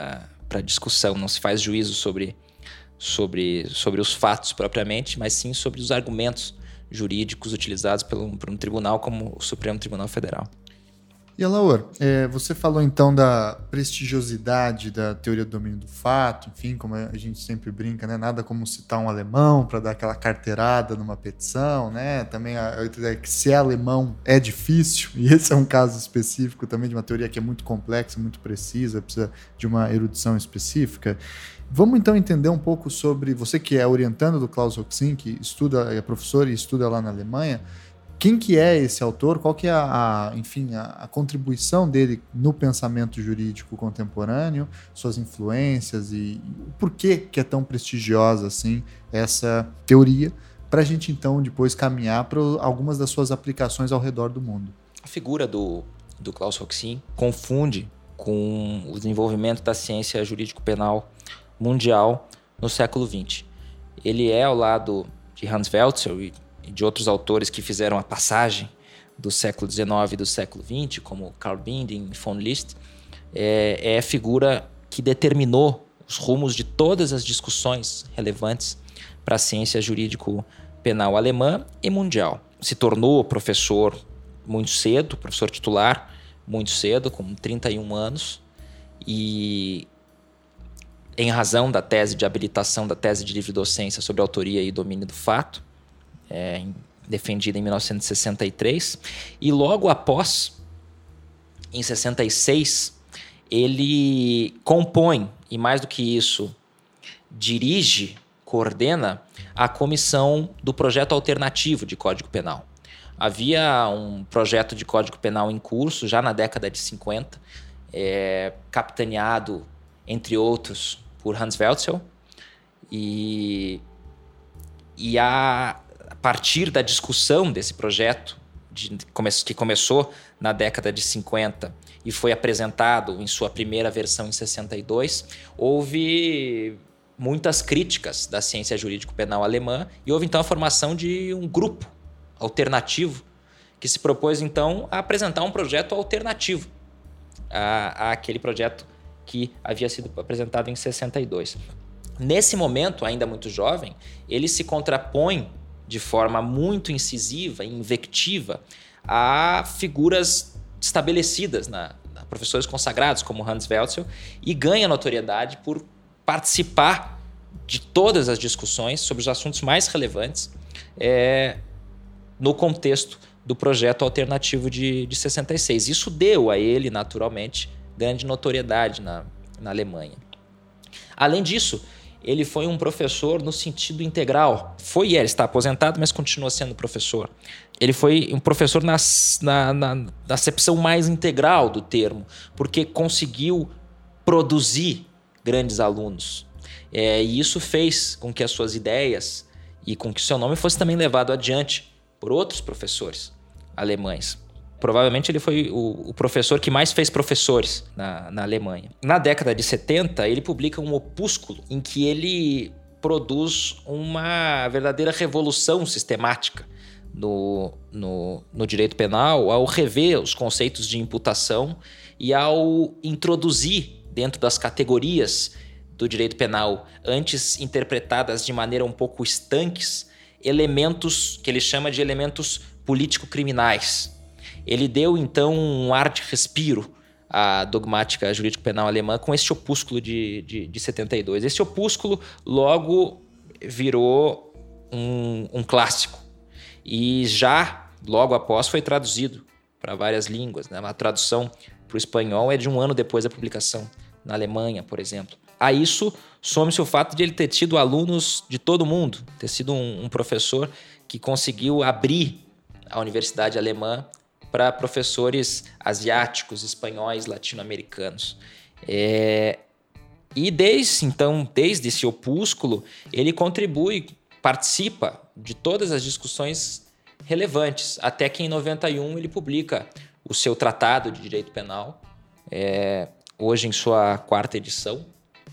a discussão. Não se faz juízo sobre, sobre, sobre os fatos propriamente, mas sim sobre os argumentos jurídicos utilizados pelo, por um tribunal como o Supremo Tribunal Federal. E, Alaor, é, você falou então da prestigiosidade da teoria do domínio do fato, enfim, como a gente sempre brinca, né? Nada como citar um alemão para dar aquela carteirada numa petição, né? Também a, a, que se é alemão é difícil, e esse é um caso específico também de uma teoria que é muito complexa, muito precisa, precisa de uma erudição específica. Vamos então entender um pouco sobre, você que é orientando do Klaus Hoxin, que estuda, é professor e estuda lá na Alemanha, quem que é esse autor? Qual que é a, a enfim, a, a contribuição dele no pensamento jurídico contemporâneo, suas influências e, e o porquê que é tão prestigiosa assim essa teoria, para a gente então depois caminhar para algumas das suas aplicações ao redor do mundo. A figura do, do Klaus Hoxin confunde com o desenvolvimento da ciência jurídico-penal mundial no século vinte. Ele é, ao lado de Hans Welzel e de outros autores que fizeram a passagem do século dezenove e do século vinte, como Carl Binding e von List, é, é a figura que determinou os rumos de todas as discussões relevantes para a ciência jurídico-penal alemã e mundial. Se tornou professor muito cedo, professor titular muito cedo, com trinta e um anos, e em razão da tese de habilitação, da tese de livre docência sobre autoria e domínio do fato, É, defendida em mil novecentos e sessenta e três, e logo após, em sessenta e seis, ele compõe, e mais do que isso, dirige, coordena a comissão do projeto alternativo de Código Penal. Havia um projeto de Código Penal em curso, já na década de cinquenta, é, capitaneado, entre outros, por Hans Welzel, e, e a... a partir da discussão desse projeto, de, que começou na década de cinquenta e foi apresentado em sua primeira versão em sessenta e dois, houve muitas críticas da ciência jurídico-penal alemã e houve então a formação de um grupo alternativo que se propôs então a apresentar um projeto alternativo a, a aquele projeto que havia sido apresentado em sessenta e dois. Nesse momento, ainda muito jovem, ele se contrapõe de forma muito incisiva e invectiva a figuras estabelecidas, na, na professores consagrados como Hans Welzel, e ganha notoriedade por participar de todas as discussões sobre os assuntos mais relevantes é, no contexto do projeto alternativo de, de sessenta e seis. Isso deu a ele, naturalmente, grande notoriedade na, na Alemanha. Além disso, ele foi um professor no sentido integral. Foi e ele está aposentado, mas continua sendo professor. Ele foi um professor na, na, na, na acepção mais integral do termo, porque conseguiu produzir grandes alunos. É, e isso fez com que as suas ideias e com que seu nome fosse também levado adiante por outros professores alemães. Provavelmente ele foi o, o professor que mais fez professores na, na Alemanha. Na década de setenta, ele publica um opúsculo em que ele produz uma verdadeira revolução sistemática no, no, no direito penal ao rever os conceitos de imputação e ao introduzir dentro das categorias do direito penal, antes interpretadas de maneira um pouco estanques, elementos que ele chama de elementos político-criminais. Ele deu, então, um ar de respiro à dogmática jurídico-penal alemã com este opúsculo de, de, de setenta e dois. Esse opúsculo logo virou um, um clássico e já, logo após, foi traduzido para várias línguas, né? A tradução para o espanhol é de um ano depois da publicação, na Alemanha, por exemplo. A isso some-se o fato de ele ter tido alunos de todo mundo, ter sido um, um professor que conseguiu abrir a universidade alemã para professores asiáticos, espanhóis, latino-americanos. É... E desde, então, desde esse opúsculo, ele contribui, participa de todas as discussões relevantes, até que em noventa e um ele publica o seu Tratado de Direito Penal, é... hoje em sua quarta edição,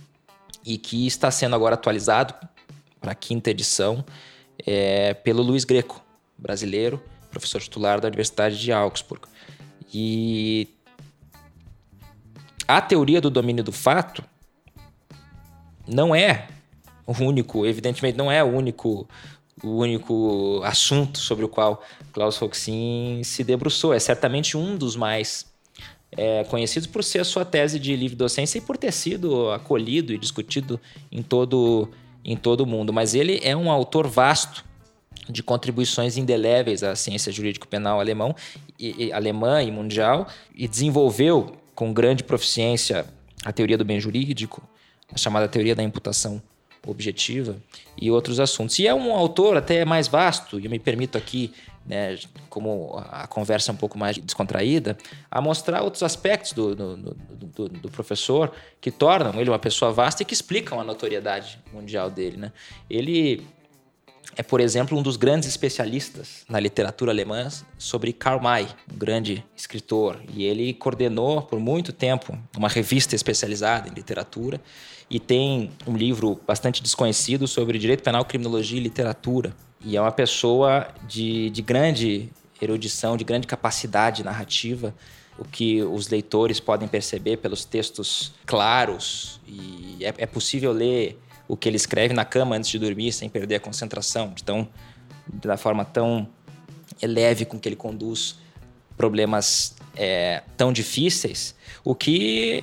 e que está sendo agora atualizado para a quinta edição é, pelo Luiz Greco, brasileiro, professor titular da Universidade de Augsburg. E a teoria do domínio do fato não é o único, evidentemente não é o único, o único assunto sobre o qual Klaus Roxin se debruçou. É certamente um dos mais É, conhecido por ser a sua tese de livre docência e por ter sido acolhido e discutido em todo, em todo o mundo. Mas ele é um autor vasto de contribuições indeléveis à ciência jurídico-penal alemão, e, e, alemã e mundial, e desenvolveu com grande proficiência a teoria do bem jurídico, a chamada teoria da imputação objetiva e outros assuntos. E é um autor até mais vasto, e eu me permito aqui, né, como a conversa é um pouco mais descontraída, a mostrar outros aspectos do, do, do, do professor que tornam ele uma pessoa vasta e que explicam a notoriedade mundial dele, né? Ele é, por exemplo, um dos grandes especialistas na literatura alemã sobre Karl May, um grande escritor, e ele coordenou por muito tempo uma revista especializada em literatura e tem um livro bastante desconhecido sobre direito penal, criminologia e literatura. E é uma pessoa de, de grande erudição, de grande capacidade narrativa, o que os leitores podem perceber pelos textos claros, e é, é possível ler o que ele escreve na cama antes de dormir sem perder a concentração, de tão, da forma tão leve com que ele conduz problemas é, tão difíceis, o que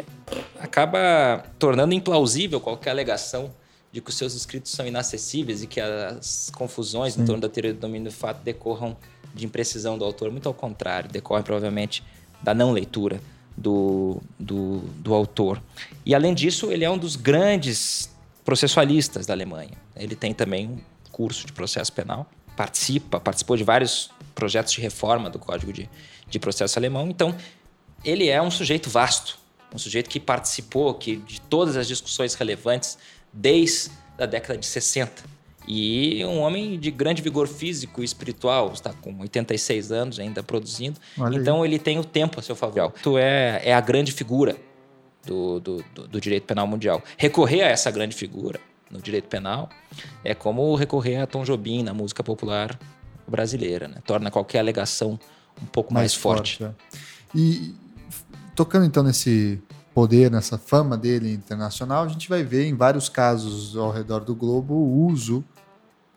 acaba tornando implausível qualquer alegação de que os seus escritos são inacessíveis e que as confusões Sim. em torno da teoria do domínio do fato decorram de imprecisão do autor. Muito ao contrário, decorrem provavelmente da não leitura do, do, do autor. E, além disso, ele é um dos grandes processualistas da Alemanha. Ele tem também um curso de processo penal, participa, participou de vários projetos de reforma do Código de, de Processo Alemão. Então, ele é um sujeito vasto, um sujeito que participou que, de todas as discussões relevantes desde a década de sessenta. E um homem de grande vigor físico e espiritual, está com oitenta e seis anos ainda produzindo. Olha então, aí. Ele tem o tempo a seu favor. Isso é, é a grande figura do, do, do, do direito penal mundial. Recorrer a essa grande figura no direito penal é como recorrer a Tom Jobim na música popular brasileira, né? Torna qualquer alegação um pouco mais, mais forte. forte é. E tocando então nesse poder, nessa fama dele internacional, a gente vai ver em vários casos ao redor do globo o uso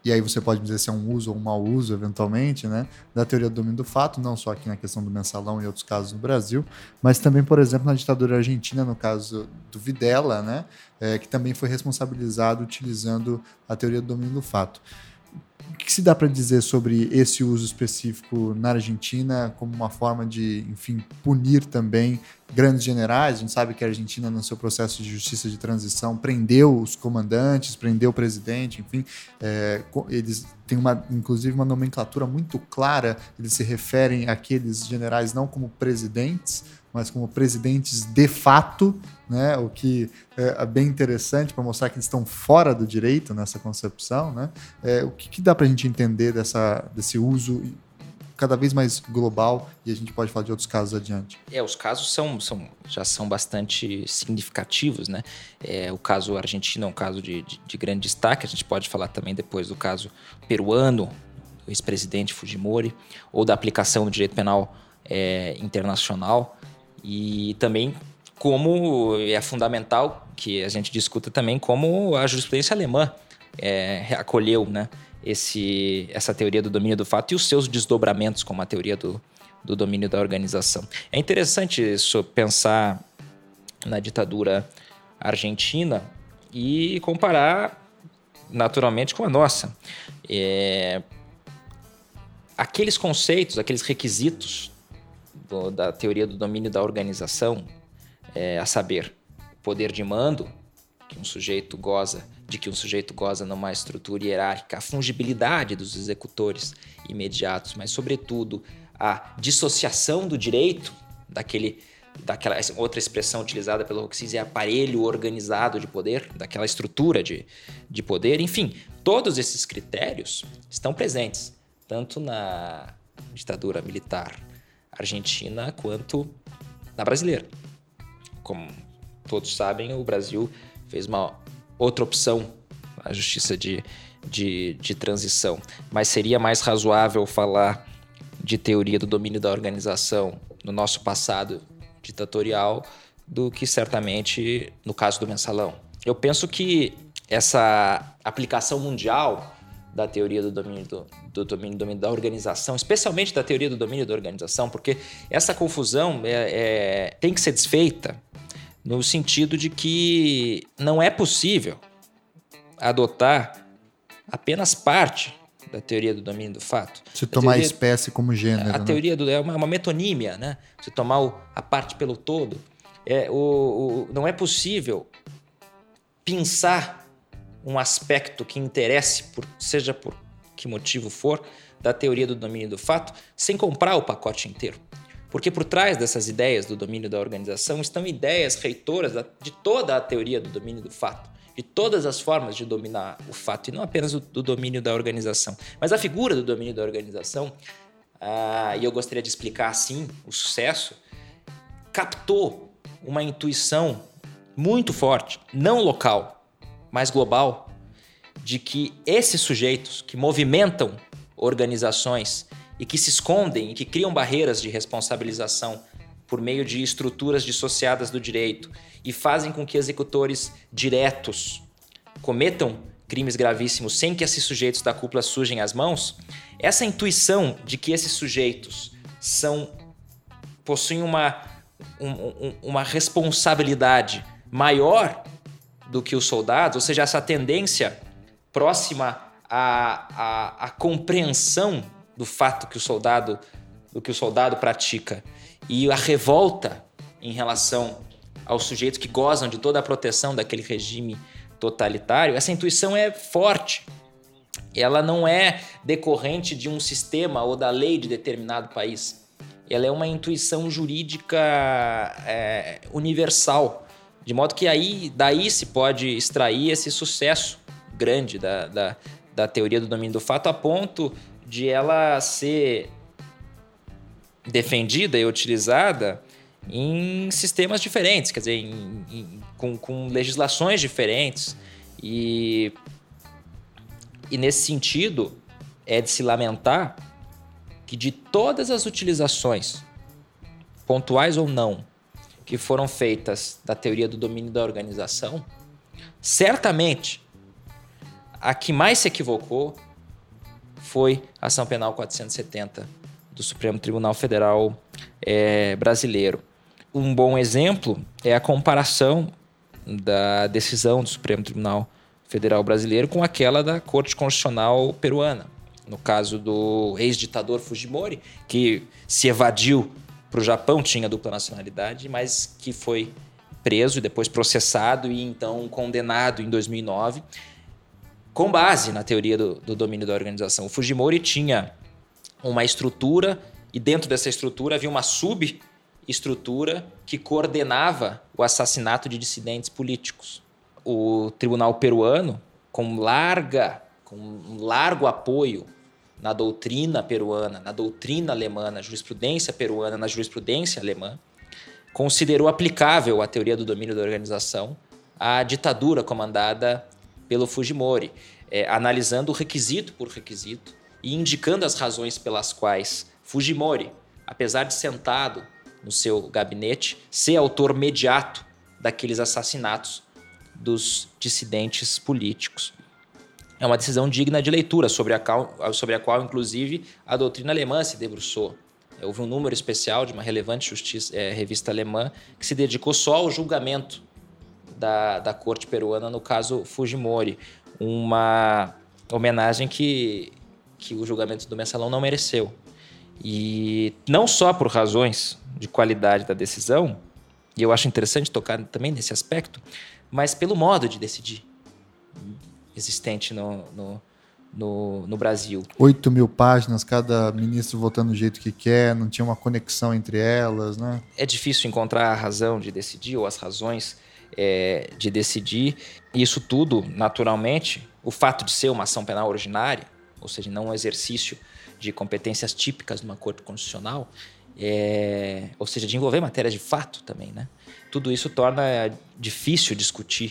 e aí você pode dizer se é um uso ou um mau uso, eventualmente, né, da teoria do domínio do fato, não só aqui na questão do mensalão e outros casos no Brasil, mas também, por exemplo, na ditadura argentina, no caso do Videla, né, é, que também foi responsabilizado utilizando a teoria do domínio do fato. O que se dá para dizer sobre esse uso específico na Argentina como uma forma de, enfim, punir também grandes generais? A gente sabe que a Argentina, no seu processo de justiça de transição, prendeu os comandantes, prendeu o presidente, enfim, é, eles têm, uma, inclusive, uma nomenclatura muito clara, eles se referem àqueles generais não como presidentes, mas como presidentes de fato, né? O que é bem interessante para mostrar que eles estão fora do direito nessa concepção, né? É, o que, que dá para a gente entender dessa, desse uso cada vez mais global, e a gente pode falar de outros casos adiante? É, os casos são, são, já são bastante significativos, né? É, o caso argentino é um caso de, de, de grande destaque, a gente pode falar também depois do caso peruano, do ex-presidente Fujimori, ou da aplicação do direito penal é, internacional. E também como é fundamental que a gente discuta também como a jurisprudência alemã é, acolheu, né, esse, essa teoria do domínio do fato e os seus desdobramentos como a teoria do, do domínio da organização. É interessante isso, pensar na ditadura argentina e comparar naturalmente com a nossa. É, aqueles conceitos, aqueles requisitos Do, da teoria do domínio da organização, é, a saber, poder de mando, que um sujeito goza, de que um sujeito goza numa estrutura hierárquica, a fungibilidade dos executores imediatos, mas, sobretudo, a dissociação do direito, daquele, daquela outra expressão utilizada pelo Roxís, é aparelho organizado de poder, daquela estrutura de, de poder. Enfim, todos esses critérios estão presentes, tanto na ditadura militar argentina quanto na brasileira. Como todos sabem, o Brasil fez uma outra opção na justiça de, de, de transição, mas seria mais razoável falar de teoria do domínio da organização no nosso passado ditatorial do que certamente no caso do mensalão. Eu penso que essa aplicação mundial da teoria do domínio, do, do, domínio, do domínio da organização, especialmente da teoria do domínio da organização, porque essa confusão é, é, tem que ser desfeita no sentido de que não é possível adotar apenas parte da teoria do domínio do fato. Se tomar teoria, a espécie como gênero. A né? teoria do, é uma, uma metonímia, né? Se tomar o, a parte pelo todo. É, o, o, não é possível pensar um aspecto que interesse, por, seja por que motivo for, da teoria do domínio do fato, sem comprar o pacote inteiro. Porque por trás dessas ideias do domínio da organização estão ideias reitoras da, de toda a teoria do domínio do fato, de todas as formas de dominar o fato, e não apenas o, do domínio da organização. Mas a figura do domínio da organização, ah, e eu gostaria de explicar assim o sucesso, captou uma intuição muito forte, não local, mais global, de que esses sujeitos que movimentam organizações e que se escondem e que criam barreiras de responsabilização por meio de estruturas dissociadas do direito e fazem com que executores diretos cometam crimes gravíssimos sem que esses sujeitos da cúpula sujem as mãos, essa intuição de que esses sujeitos são, possuem uma, um, um, uma responsabilidade maior do que os soldados, ou seja, essa tendência próxima à, à, à compreensão do fato que o soldado, do que o soldado pratica e a revolta em relação aos sujeitos que gozam de toda a proteção daquele regime totalitário, essa intuição é forte. Ela não é decorrente de um sistema ou da lei de determinado país. Ela é uma intuição jurídica é, universal. De modo que aí, daí se pode extrair esse sucesso grande da, da, da teoria do domínio do fato, a ponto de ela ser defendida e utilizada em sistemas diferentes, quer dizer, em, em, com, com legislações diferentes. E, e nesse sentido, é de se lamentar que de todas as utilizações, pontuais ou não, que foram feitas da teoria do domínio da organização, certamente a que mais se equivocou foi a Ação Penal quatrocentos e setenta do Supremo Tribunal Federal é, brasileiro. Um bom exemplo é a comparação da decisão do Supremo Tribunal Federal brasileiro com aquela da Corte Constitucional peruana. No caso do ex-ditador Fujimori, que se evadiu para o Japão, tinha dupla nacionalidade, mas que foi preso e depois processado e então condenado em dois mil e nove, com base na teoria do, do domínio da organização. O Fujimori tinha uma estrutura e dentro dessa estrutura havia uma subestrutura que coordenava o assassinato de dissidentes políticos. O tribunal peruano, com, larga, com um largo apoio na doutrina peruana, na doutrina alemã, na jurisprudência peruana, na jurisprudência alemã, considerou aplicável a teoria do domínio da organização à ditadura comandada pelo Fujimori, é, analisando requisito por requisito e indicando as razões pelas quais Fujimori, apesar de sentado no seu gabinete, ser autor imediato daqueles assassinatos dos dissidentes políticos. É uma decisão digna de leitura, sobre a qual, sobre a qual inclusive, a doutrina alemã se debruçou. Houve um número especial de uma relevante justiça, é, revista alemã que se dedicou só ao julgamento da, da corte peruana, no caso Fujimori. Uma homenagem que, que o julgamento do Mensalão não mereceu. E não só por razões de qualidade da decisão, e eu acho interessante tocar também nesse aspecto, mas pelo modo de decidir existente no, no, no, no Brasil. Oito mil páginas, cada ministro votando do jeito que quer, não tinha uma conexão entre elas, né? É difícil encontrar a razão de decidir ou as razões é, de decidir. Isso tudo, naturalmente, o fato de ser uma ação penal ordinária, ou seja, não um exercício de competências típicas de uma corte constitucional, é, ou seja, de envolver matérias de fato também, né? Tudo isso torna difícil discutir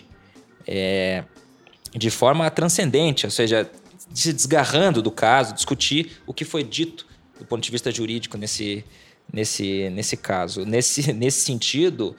é, de forma transcendente, ou seja, se desgarrando do caso, discutir o que foi dito do ponto de vista jurídico nesse, nesse, nesse caso. Nesse, nesse sentido,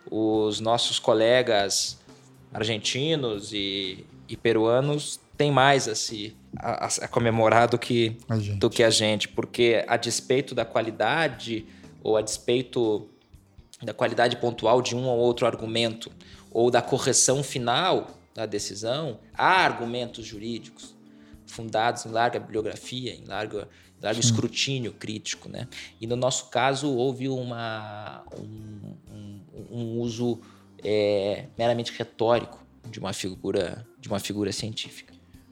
os nossos colegas argentinos e, e peruanos têm mais a, se, a, a comemorar do que, a do que a gente, porque a despeito da qualidade ou a despeito da qualidade pontual de um ou outro argumento ou da correção final da decisão, há argumentos jurídicos fundados em larga bibliografia, em largo, largo escrutínio crítico, né? E no nosso caso houve uma, um, um, um uso é, meramente retórico de uma figura, de uma figura científica.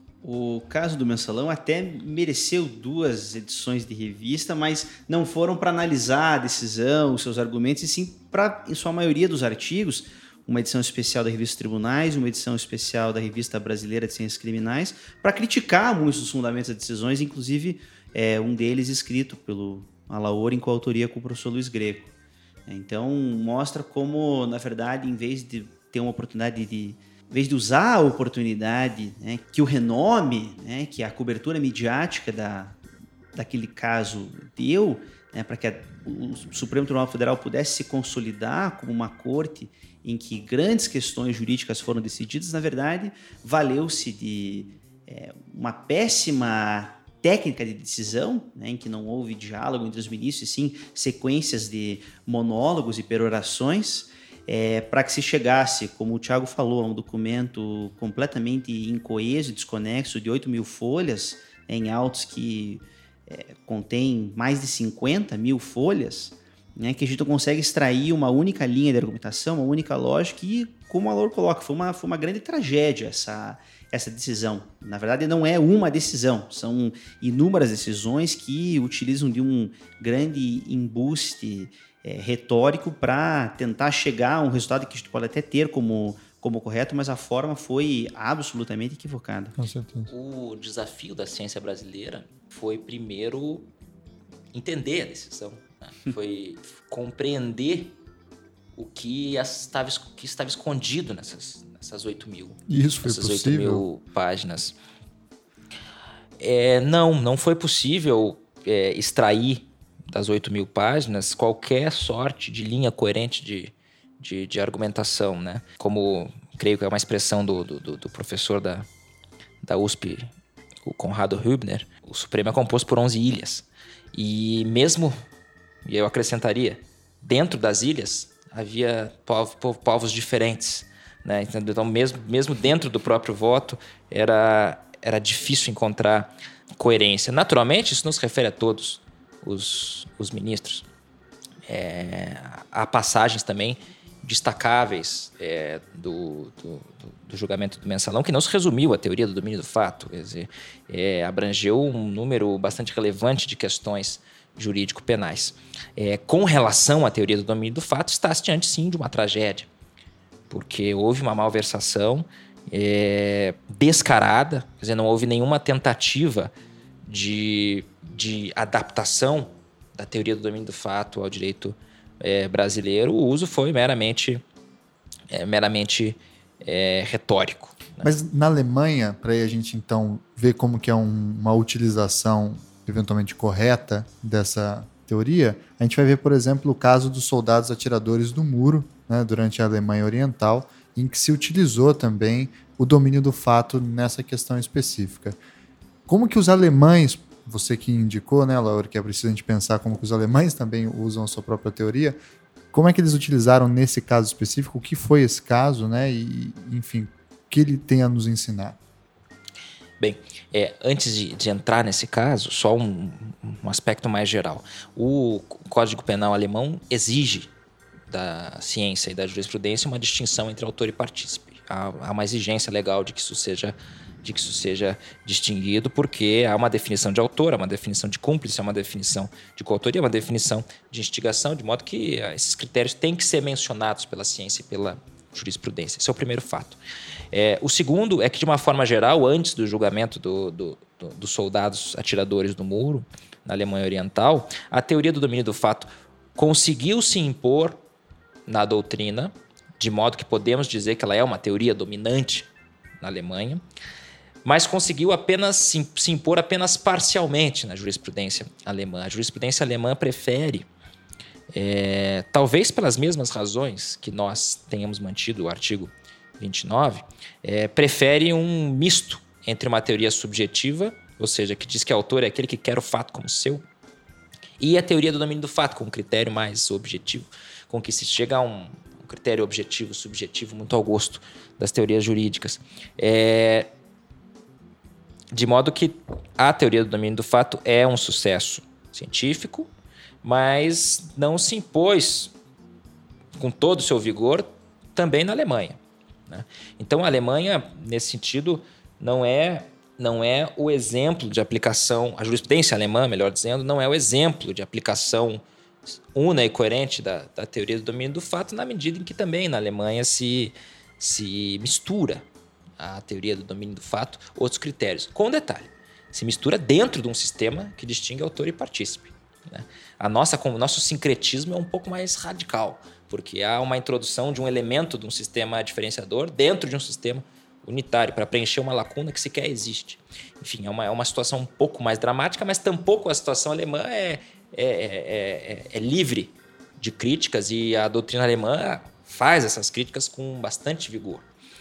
O caso do Mensalão até mereceu duas edições de revista, mas não foram para analisar a decisão, os seus argumentos, e sim para, em sua maioria dos artigos, uma edição especial da revista Tribunais, uma edição especial da revista Brasileira de Ciências Criminais, para criticar muitos dos fundamentos das decisões, inclusive é, um deles escrito pelo Alaor em coautoria com o professor Luiz Greco. Então, mostra como, na verdade, em vez de ter uma oportunidade de... Em vez de usar a oportunidade, né, que o renome, né, que a cobertura midiática da, daquele caso deu, né, para que a, o Supremo Tribunal Federal pudesse se consolidar como uma corte em que grandes questões jurídicas foram decididas, na verdade, valeu-se de é, uma péssima técnica de decisão, né, em que não houve diálogo entre os ministros, e sim sequências de monólogos e perorações, é, para que se chegasse, como o Thiago falou, a um documento completamente incoeso e desconexo de oito mil folhas, em autos que é, contém mais de cinquenta mil folhas, né, que a gente não consegue extrair uma única linha de argumentação, uma única lógica, e, como o Alaor coloca, foi uma, foi uma grande tragédia essa, essa decisão. Na verdade, não é uma decisão, são inúmeras decisões que utilizam de um grande embuste é, retórico para tentar chegar a um resultado que a gente pode até ter como, como correto, mas a forma foi absolutamente equivocada. Com certeza. O desafio da ciência brasileira foi, primeiro, entender a decisão. Foi compreender o que estava, que estava escondido nessas, nessas oito mil, isso foi nessas possível? oito mil páginas. É, não, não foi possível é, extrair das oito mil páginas qualquer sorte de linha coerente de, de, de argumentação, né? Como creio que é uma expressão do, do, do professor da, da U S P, o Conrado Hübner, o Supremo é composto por onze ilhas. E mesmo, e eu acrescentaria, dentro das ilhas havia povo, povo, povos diferentes, né? Então, mesmo, mesmo dentro do próprio voto, era, era difícil encontrar coerência. Naturalmente, isso não se refere a todos os, os ministros. É, há passagens também destacáveis é, do, do, do julgamento do Mensalão, que não se resumiu à teoria do domínio do fato, quer dizer, é, abrangeu um número bastante relevante de questões jurídico-penais. É, com relação à teoria do domínio do fato, está-se diante, sim, de uma tragédia, porque houve uma malversação é, descarada, quer dizer, não houve nenhuma tentativa de, de adaptação da teoria do domínio do fato ao direito É, brasileiro. O uso foi meramente, é, meramente é, retórico. Né? Mas na Alemanha, para a gente então ver como que é um, uma utilização eventualmente correta dessa teoria, a gente vai ver, por exemplo, o caso dos soldados atiradores do muro, né, durante a Alemanha Oriental, em que se utilizou também o domínio do fato nessa questão específica. Como que os alemães, você que indicou, né, Laura, que é preciso a gente pensar como que os alemães também usam a sua própria teoria, como é que eles utilizaram nesse caso específico, o que foi esse caso, né, e, enfim, o que ele tem a nos ensinar? Bem, é, antes de, de entrar nesse caso, só um, um aspecto mais geral. O Código Penal alemão exige da ciência e da jurisprudência uma distinção entre autor e partícipe. Há, há uma exigência legal de que isso seja de que isso seja distinguido, porque há uma definição de autor, há uma definição de cúmplice, há uma definição de coautoria, uma definição de instigação, de modo que esses critérios têm que ser mencionados pela ciência e pela jurisprudência. Esse é o primeiro fato. É, o segundo é que, de uma forma geral, antes do julgamento do, do, do, dos soldados atiradores do muro, na Alemanha Oriental, a teoria do domínio do fato conseguiu se impor na doutrina, de modo que podemos dizer que ela é uma teoria dominante na Alemanha, mas conseguiu apenas se, se impor apenas parcialmente na jurisprudência alemã. A jurisprudência alemã prefere, é, talvez pelas mesmas razões que nós tenhamos mantido o artigo vinte e nove, é, prefere um misto entre uma teoria subjetiva, ou seja, que diz que o autor é aquele que quer o fato como seu, e a teoria do domínio do fato, com um critério mais objetivo, com que se chega a um, um critério objetivo, subjetivo, muito ao gosto das teorias jurídicas. É... De modo que a teoria do domínio do fato é um sucesso científico, mas não se impôs com todo o seu vigor também na Alemanha. Né? Então, a Alemanha, nesse sentido, não é, não é o exemplo de aplicação, a jurisprudência alemã, melhor dizendo, não é o exemplo de aplicação una e coerente da, da teoria do domínio do fato, na medida em que também na Alemanha se, se mistura a teoria do domínio do fato, outros critérios. Com um detalhe, se mistura dentro de um sistema que distingue autor e partícipe. Né? A nossa, o nosso sincretismo é um pouco mais radical, porque há uma introdução de um elemento de um sistema diferenciador dentro de um sistema unitário, para preencher uma lacuna que sequer existe. Enfim, é uma, é uma situação um pouco mais dramática, mas tampouco a situação alemã é, é, é, é, é livre de críticas, e a doutrina alemã faz essas críticas com bastante vigor.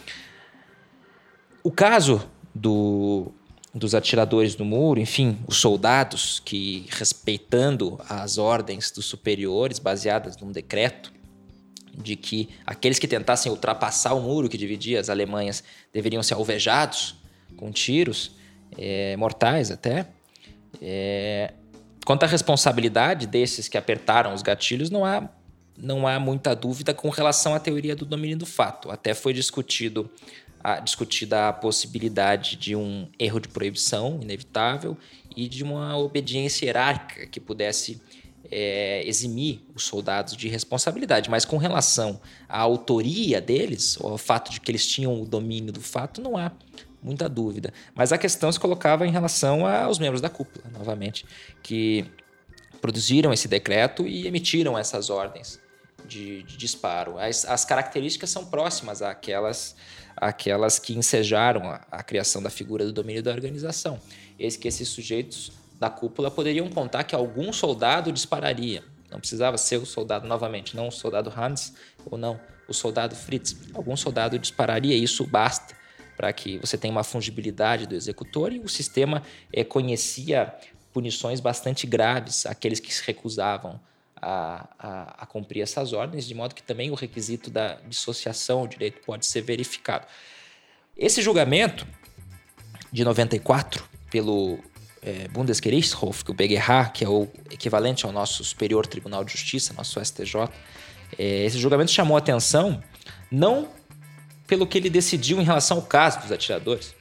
O caso do, dos atiradores do muro, enfim, os soldados que, respeitando as ordens dos superiores, baseadas num decreto de que aqueles que tentassem ultrapassar o muro que dividia as Alemanhas deveriam ser alvejados com tiros, é, mortais até. É, quanto à responsabilidade desses que apertaram os gatilhos, não há, não há muita dúvida com relação à teoria do domínio do fato. Até foi discutido A, discutida a possibilidade de um erro de proibição inevitável e de uma obediência hierárquica que pudesse é, eximir os soldados de responsabilidade. Mas com relação à autoria deles, ou ao fato de que eles tinham o domínio do fato, não há muita dúvida. Mas a questão se colocava em relação aos membros da cúpula, novamente, que produziram esse decreto e emitiram essas ordens de, de disparo. As, as características são próximas àquelas... aquelas que ensejaram a, a criação da figura do domínio da organização. Eis que esses sujeitos da cúpula poderiam contar que algum soldado dispararia. Não precisava ser o soldado novamente, não o soldado Hans ou não o soldado Fritz. Algum soldado dispararia, isso basta para que você tenha uma fungibilidade do executor, e o sistema é, conhecia punições bastante graves àqueles que se recusavam a, a, a cumprir essas ordens, de modo que também o requisito da dissociação ao direito pode ser verificado. Esse julgamento de noventa e quatro, pelo é, Bundesgerichtshof, o B G H, que é o equivalente ao nosso Superior Tribunal de Justiça, nosso S T J, é, esse julgamento chamou a atenção não pelo que ele decidiu em relação ao caso dos atiradores,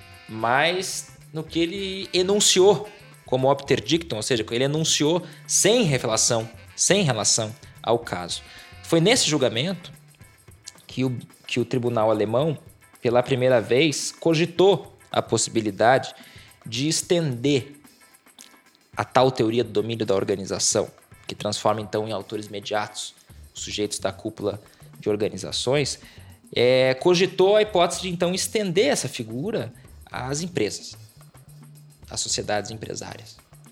mas no que ele enunciou como opter dictum, ou seja, ele enunciou sem revelação, sem relação ao caso. Foi nesse julgamento que o, que o tribunal alemão, pela primeira vez, cogitou a possibilidade de estender a tal teoria do domínio da organização, que transforma então em autores imediatos os sujeitos da cúpula de organizações, é, cogitou a hipótese de então estender essa figura às empresas, às sociedades empresárias.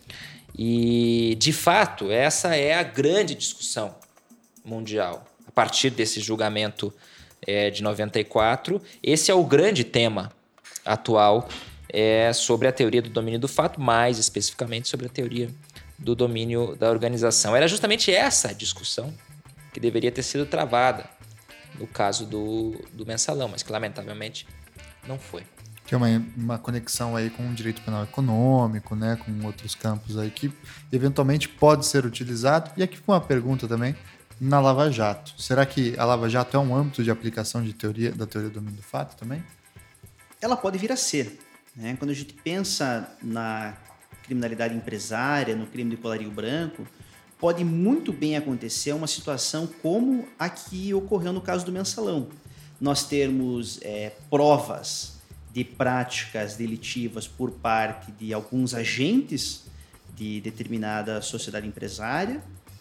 E, de fato, essa é a grande discussão mundial. A partir desse julgamento é, de noventa e quatro, esse é o grande tema atual é, sobre a teoria do domínio do fato, mais especificamente sobre a teoria do domínio da organização. Era justamente essa a discussão que deveria ter sido travada no caso do, do mensalão, mas que lamentavelmente não foi. Que é uma, uma conexão aí com o direito penal econômico, né, com outros campos aí que eventualmente pode ser utilizado. E aqui uma pergunta também, na Lava Jato. Será que a Lava Jato é um âmbito de aplicação de teoria, da teoria do domínio do fato também? Ela pode vir a ser, né? Quando a gente pensa na criminalidade empresária, no crime de colarinho branco, pode muito bem acontecer uma situação como a que ocorreu no caso do mensalão. Nós termos é, provas de práticas delitivas por parte de alguns agentes de determinada sociedade empresária,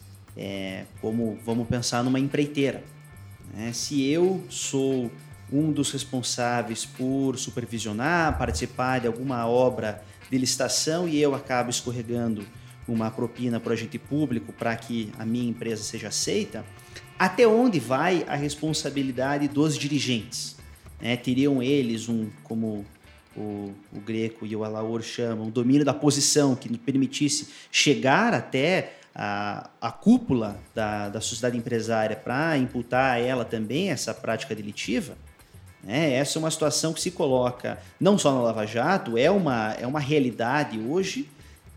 é, como vamos pensar numa empreiteira, né? Se eu sou um dos responsáveis por supervisionar, participar de alguma obra de licitação e eu acabo escorregando uma propina para o agente público para que a minha empresa seja aceita, até onde vai a responsabilidade dos dirigentes? Né? Teriam eles um, como o, o Greco e o Alaor chamam, um domínio da posição que nos permitisse chegar até a, a cúpula da, da sociedade empresária para imputar a ela também essa prática delitiva? Né? Essa é uma situação que se coloca não só na Lava Jato, é uma, é uma realidade hoje,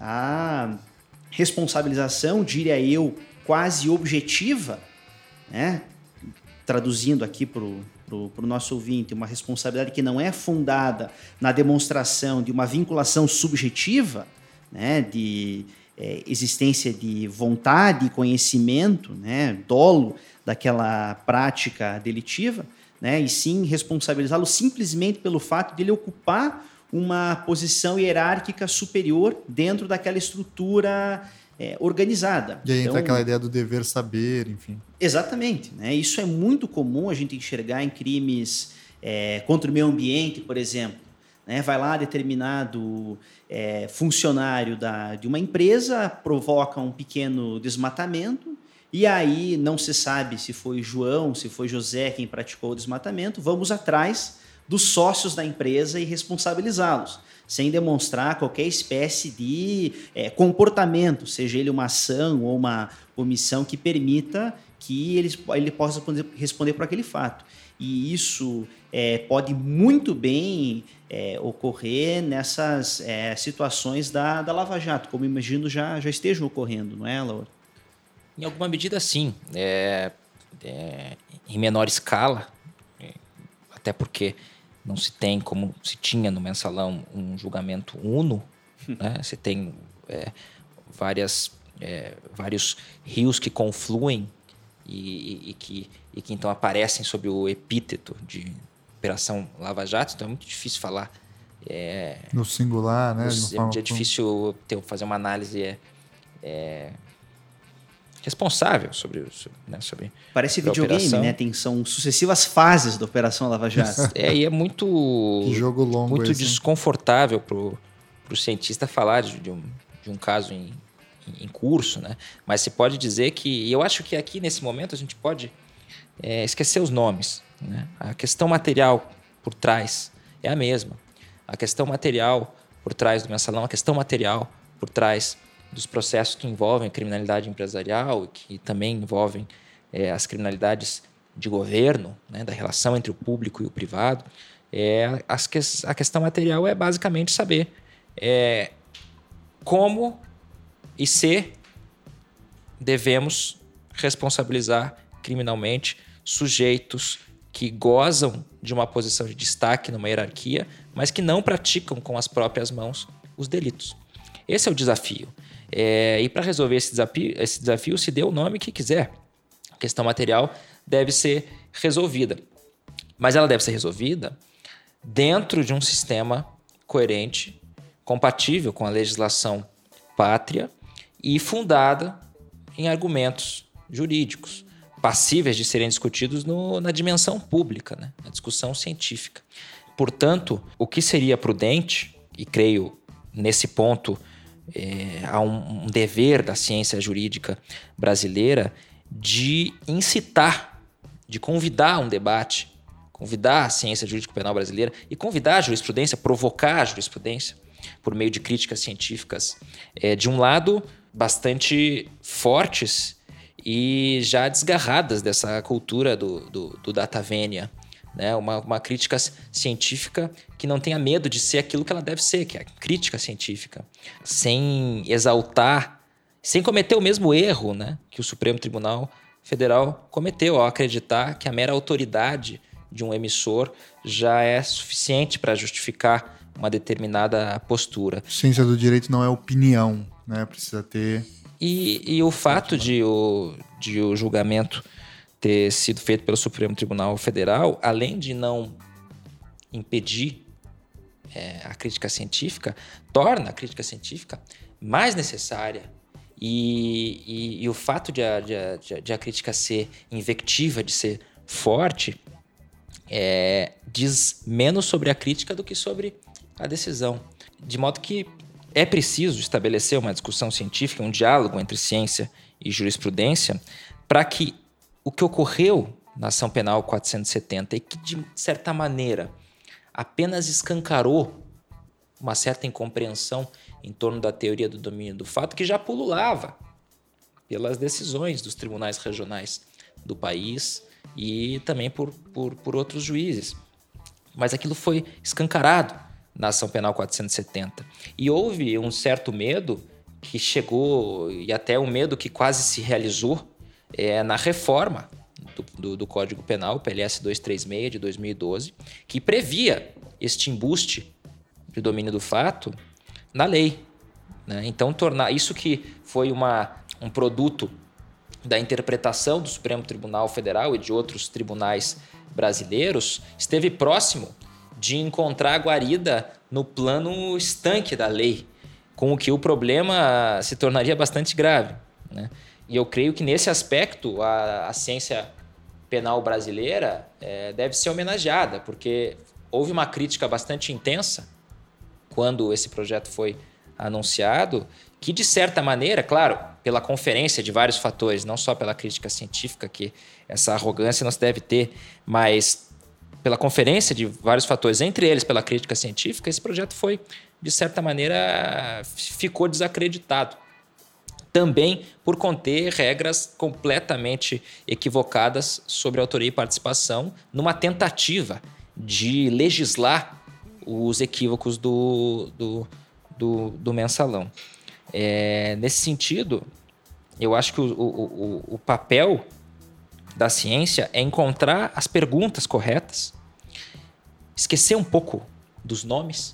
a responsabilização, diria eu, quase objetiva, né? Traduzindo aqui para o nosso ouvinte, uma responsabilidade que não é fundada na demonstração de uma vinculação subjetiva, né? De é, existência de vontade, conhecimento, né? Dolo daquela prática delitiva, né? E sim responsabilizá-lo simplesmente pelo fato de ele ocupar uma posição hierárquica superior dentro daquela estrutura é, organizada. E aí então, entra aquela ideia do dever saber, enfim. Exatamente. Né? Isso é muito comum a gente enxergar em crimes é, contra o meio ambiente, por exemplo. Né? Vai lá determinado é, funcionário da, de uma empresa, provoca um pequeno desmatamento, e aí não se sabe se foi João, se foi José quem praticou o desmatamento, vamos atrás dos sócios da empresa e responsabilizá-los, sem demonstrar qualquer espécie de é, comportamento, seja ele uma ação ou uma omissão que permita que ele, ele possa responder por aquele fato. E isso é, pode muito bem é, ocorrer nessas é, situações da, da Lava Jato, como imagino já, já estejam ocorrendo, não é, Laura? Em alguma medida, sim. É, é, em menor escala, é, até porque não se tem, como se tinha no mensalão, um julgamento uno, né? Você tem é, várias, é, vários rios que confluem e, e, e, que, e que então aparecem sob o epíteto de Operação Lava Jato, então é muito difícil falar. É, no singular, né? No, é, é difícil ter, fazer uma análise é, é, responsável sobre, sobre, né, sobre Parece videogame, né? Tem, são sucessivas fases da Operação Lava Jato. É, e é muito, que jogo longo muito esse, desconfortável para o cientista falar de, de, um, de um caso em, em curso, né? Mas se pode dizer que... E eu acho que aqui, nesse momento, a gente pode é, esquecer os nomes, né? A questão material por trás é a mesma. A questão material por trás do mensalão, a questão material por trás dos processos que envolvem a criminalidade empresarial e que também envolvem é, as criminalidades de governo, né, da relação entre o público e o privado, é, as que, a questão material é basicamente saber é, como e se devemos responsabilizar criminalmente sujeitos que gozam de uma posição de destaque numa hierarquia, mas que não praticam com as próprias mãos os delitos. Esse é o desafio. É, e para resolver esse desafio, esse desafio se dê o nome que quiser. A questão material deve ser resolvida. Mas ela deve ser resolvida dentro de um sistema coerente, compatível com a legislação pátria e fundada em argumentos jurídicos, passíveis de serem discutidos no, na dimensão pública, né? Na discussão científica. Portanto, o que seria prudente, e creio nesse ponto é, há um, um dever da ciência jurídica brasileira de incitar, de convidar um debate, convidar a ciência jurídico-penal brasileira e convidar a jurisprudência, provocar a jurisprudência por meio de críticas científicas, é, de um lado, bastante fortes e já desgarradas dessa cultura do, do, do data venia, né? Uma, uma crítica científica que não tenha medo de ser aquilo que ela deve ser, que é a crítica científica, sem exaltar, sem cometer o mesmo erro, né, que o Supremo Tribunal Federal cometeu ao acreditar que a mera autoridade de um emissor já é suficiente para justificar uma determinada postura. Ciência do direito não é opinião, né? Precisa ter... E, e o fato de o, de o julgamento ter sido feito pelo Supremo Tribunal Federal, além de não impedir é, a crítica científica, torna a crítica científica mais necessária. E, e, e o fato de a, de, a, de a crítica ser invectiva, de ser forte, é, diz menos sobre a crítica do que sobre a decisão. De modo que é preciso estabelecer uma discussão científica, um diálogo entre ciência e jurisprudência, para que o que ocorreu na Ação Penal quatrocentos e setenta e que, de certa maneira, apenas escancarou uma certa incompreensão em torno da teoria do domínio do fato, que já pululava pelas decisões dos tribunais regionais do país e também por, por, por outros juízes. Mas aquilo foi escancarado na Ação Penal quatrocentos e setenta. E houve um certo medo que chegou, e até um medo que quase se realizou, é, na reforma do, do, do Código Penal, o P L S duzentos e trinta e seis de dois mil e doze, que previa este embuste de domínio do fato na lei, né? Então, tornar isso que foi uma, um produto da interpretação do Supremo Tribunal Federal e de outros tribunais brasileiros, esteve próximo de encontrar guarida no plano estanque da lei, com o que o problema se tornaria bastante grave, né? E eu creio que, nesse aspecto, a, a ciência penal brasileira é, deve ser homenageada, porque houve uma crítica bastante intensa quando esse projeto foi anunciado, que, de certa maneira, claro, pela conferência de vários fatores, não só pela crítica científica, que essa arrogância não se deve ter, mas pela conferência de vários fatores, entre eles pela crítica científica, esse projeto foi, de certa maneira, ficou desacreditado. Também por conter regras completamente equivocadas sobre autoria e participação, numa tentativa de legislar os equívocos do, do, do, do mensalão. É, nesse sentido, eu acho que o, o, o papel da ciência é encontrar as perguntas corretas, esquecer um pouco dos nomes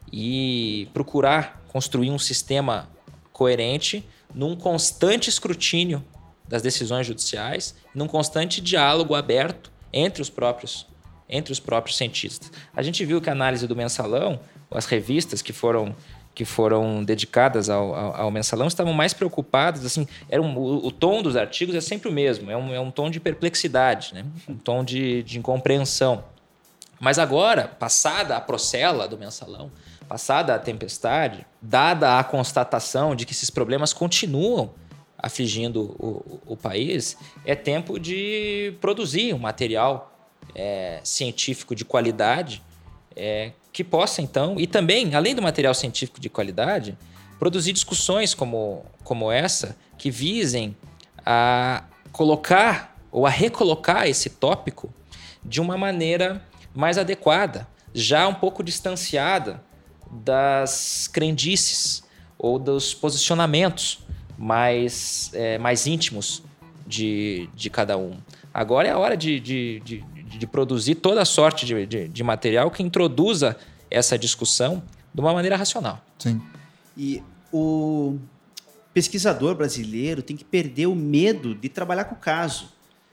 e procurar construir um sistema coerente num constante escrutínio das decisões judiciais, num constante diálogo aberto entre os próprios, entre os próprios cientistas. A gente viu que a análise do mensalão, as revistas que foram, que foram dedicadas ao, ao, ao mensalão estavam mais preocupadas, assim, era um, o, o tom dos artigos é sempre o mesmo, é um, é um tom de perplexidade, né? Um tom de, de incompreensão. Mas agora, passada a procela do mensalão, passada a tempestade, dada a constatação de que esses problemas continuam afligindo o, o, o país, é tempo de produzir um material é, científico de qualidade, é, que possa, então, e também, além do material científico de qualidade, produzir discussões como, como essa, que visem a colocar ou a recolocar esse tópico de uma maneira mais adequada, já um pouco distanciada das crendices ou dos posicionamentos mais, é, mais íntimos de, de cada um. Agora é a hora de, de, de, de produzir toda a sorte de, de, de material que introduza essa discussão de uma maneira racional. Sim. E o pesquisador brasileiro tem que perder o medo de trabalhar com o caso.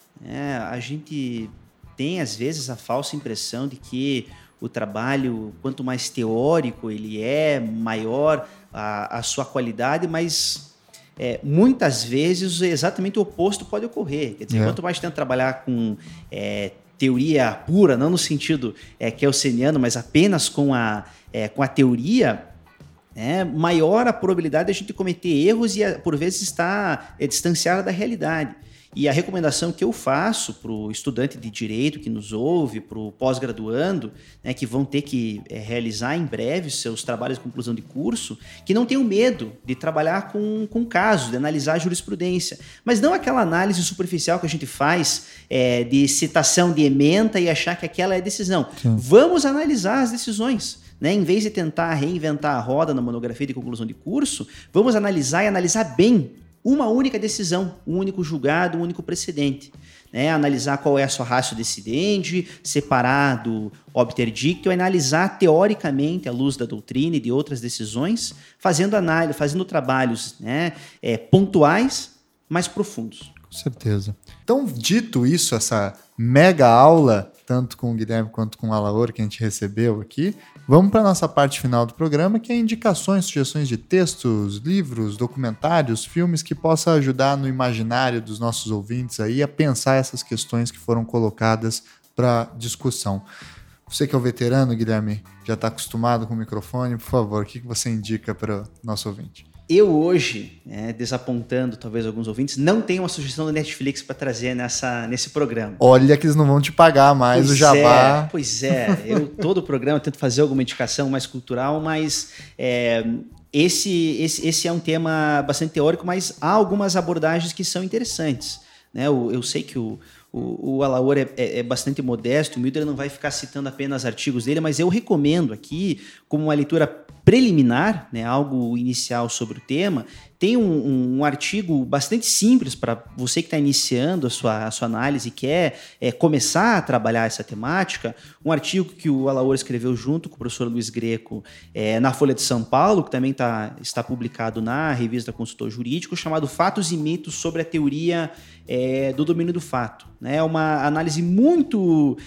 É, a gente tem, às vezes, a falsa impressão de que o trabalho, quanto mais teórico ele é, maior a, a sua qualidade, mas é, muitas vezes exatamente o oposto pode ocorrer. Quer dizer, é. quanto mais tenta trabalhar com é, teoria pura, não no sentido é, kelseniano, mas apenas com a, é, com a teoria, é, maior a probabilidade de a gente cometer erros e, por vezes, estar é, distanciada da realidade. E a recomendação que eu faço para o estudante de direito que nos ouve, para o pós-graduando, né, que vão ter que é, realizar em breve seus trabalhos de conclusão de curso, que não tenham medo de trabalhar com, com casos, de analisar a jurisprudência. Mas não aquela análise superficial que a gente faz é, de citação de ementa e achar que aquela é a decisão. Sim. Vamos analisar as decisões. Né? Em vez de tentar reinventar a roda na monografia de conclusão de curso, vamos analisar e analisar bem uma única decisão, um único julgado, um único precedente. Né? Analisar qual é a sua ratio decidendi, separar do obter dicto, analisar teoricamente, à luz da doutrina e de outras decisões, fazendo análise, fazendo trabalhos, né, é, pontuais, mas profundos. Com certeza. Então, dito isso, essa mega aula, tanto com o Guilherme quanto com o Alaor, que a gente recebeu aqui, vamos para a nossa parte final do programa, que é indicações, sugestões de textos, livros, documentários, filmes que possa ajudar no imaginário dos nossos ouvintes aí a pensar essas questões que foram colocadas para discussão. Você que é o veterano, Guilherme, já está acostumado com o microfone, por favor, o que você indica para o nosso ouvinte? Eu hoje, né, desapontando talvez alguns ouvintes, não tenho uma sugestão da Netflix para trazer nessa, nesse programa. Olha que eles não vão te pagar mais, pois o jabá. É, pois é, eu todo o programa tento fazer alguma indicação mais cultural, mas é, esse, esse, esse é um tema bastante teórico, mas há algumas abordagens que são interessantes. Né? Eu, eu sei que o, o, o Alaor é, é, é bastante modesto, o Milder não vai ficar citando apenas artigos dele, mas eu recomendo aqui, como uma leitura preliminar, né, algo inicial sobre o tema, tem um, um, um artigo bastante simples para você que está iniciando a sua, a sua análise e quer é, começar a trabalhar essa temática, um artigo que o Alaor escreveu junto com o professor Luiz Greco é, na Folha de São Paulo, que também tá, está publicado na Revista Consultor Jurídico, chamado Fatos e Mitos sobre a Teoria é, do Domínio do Fato. É uma análise muito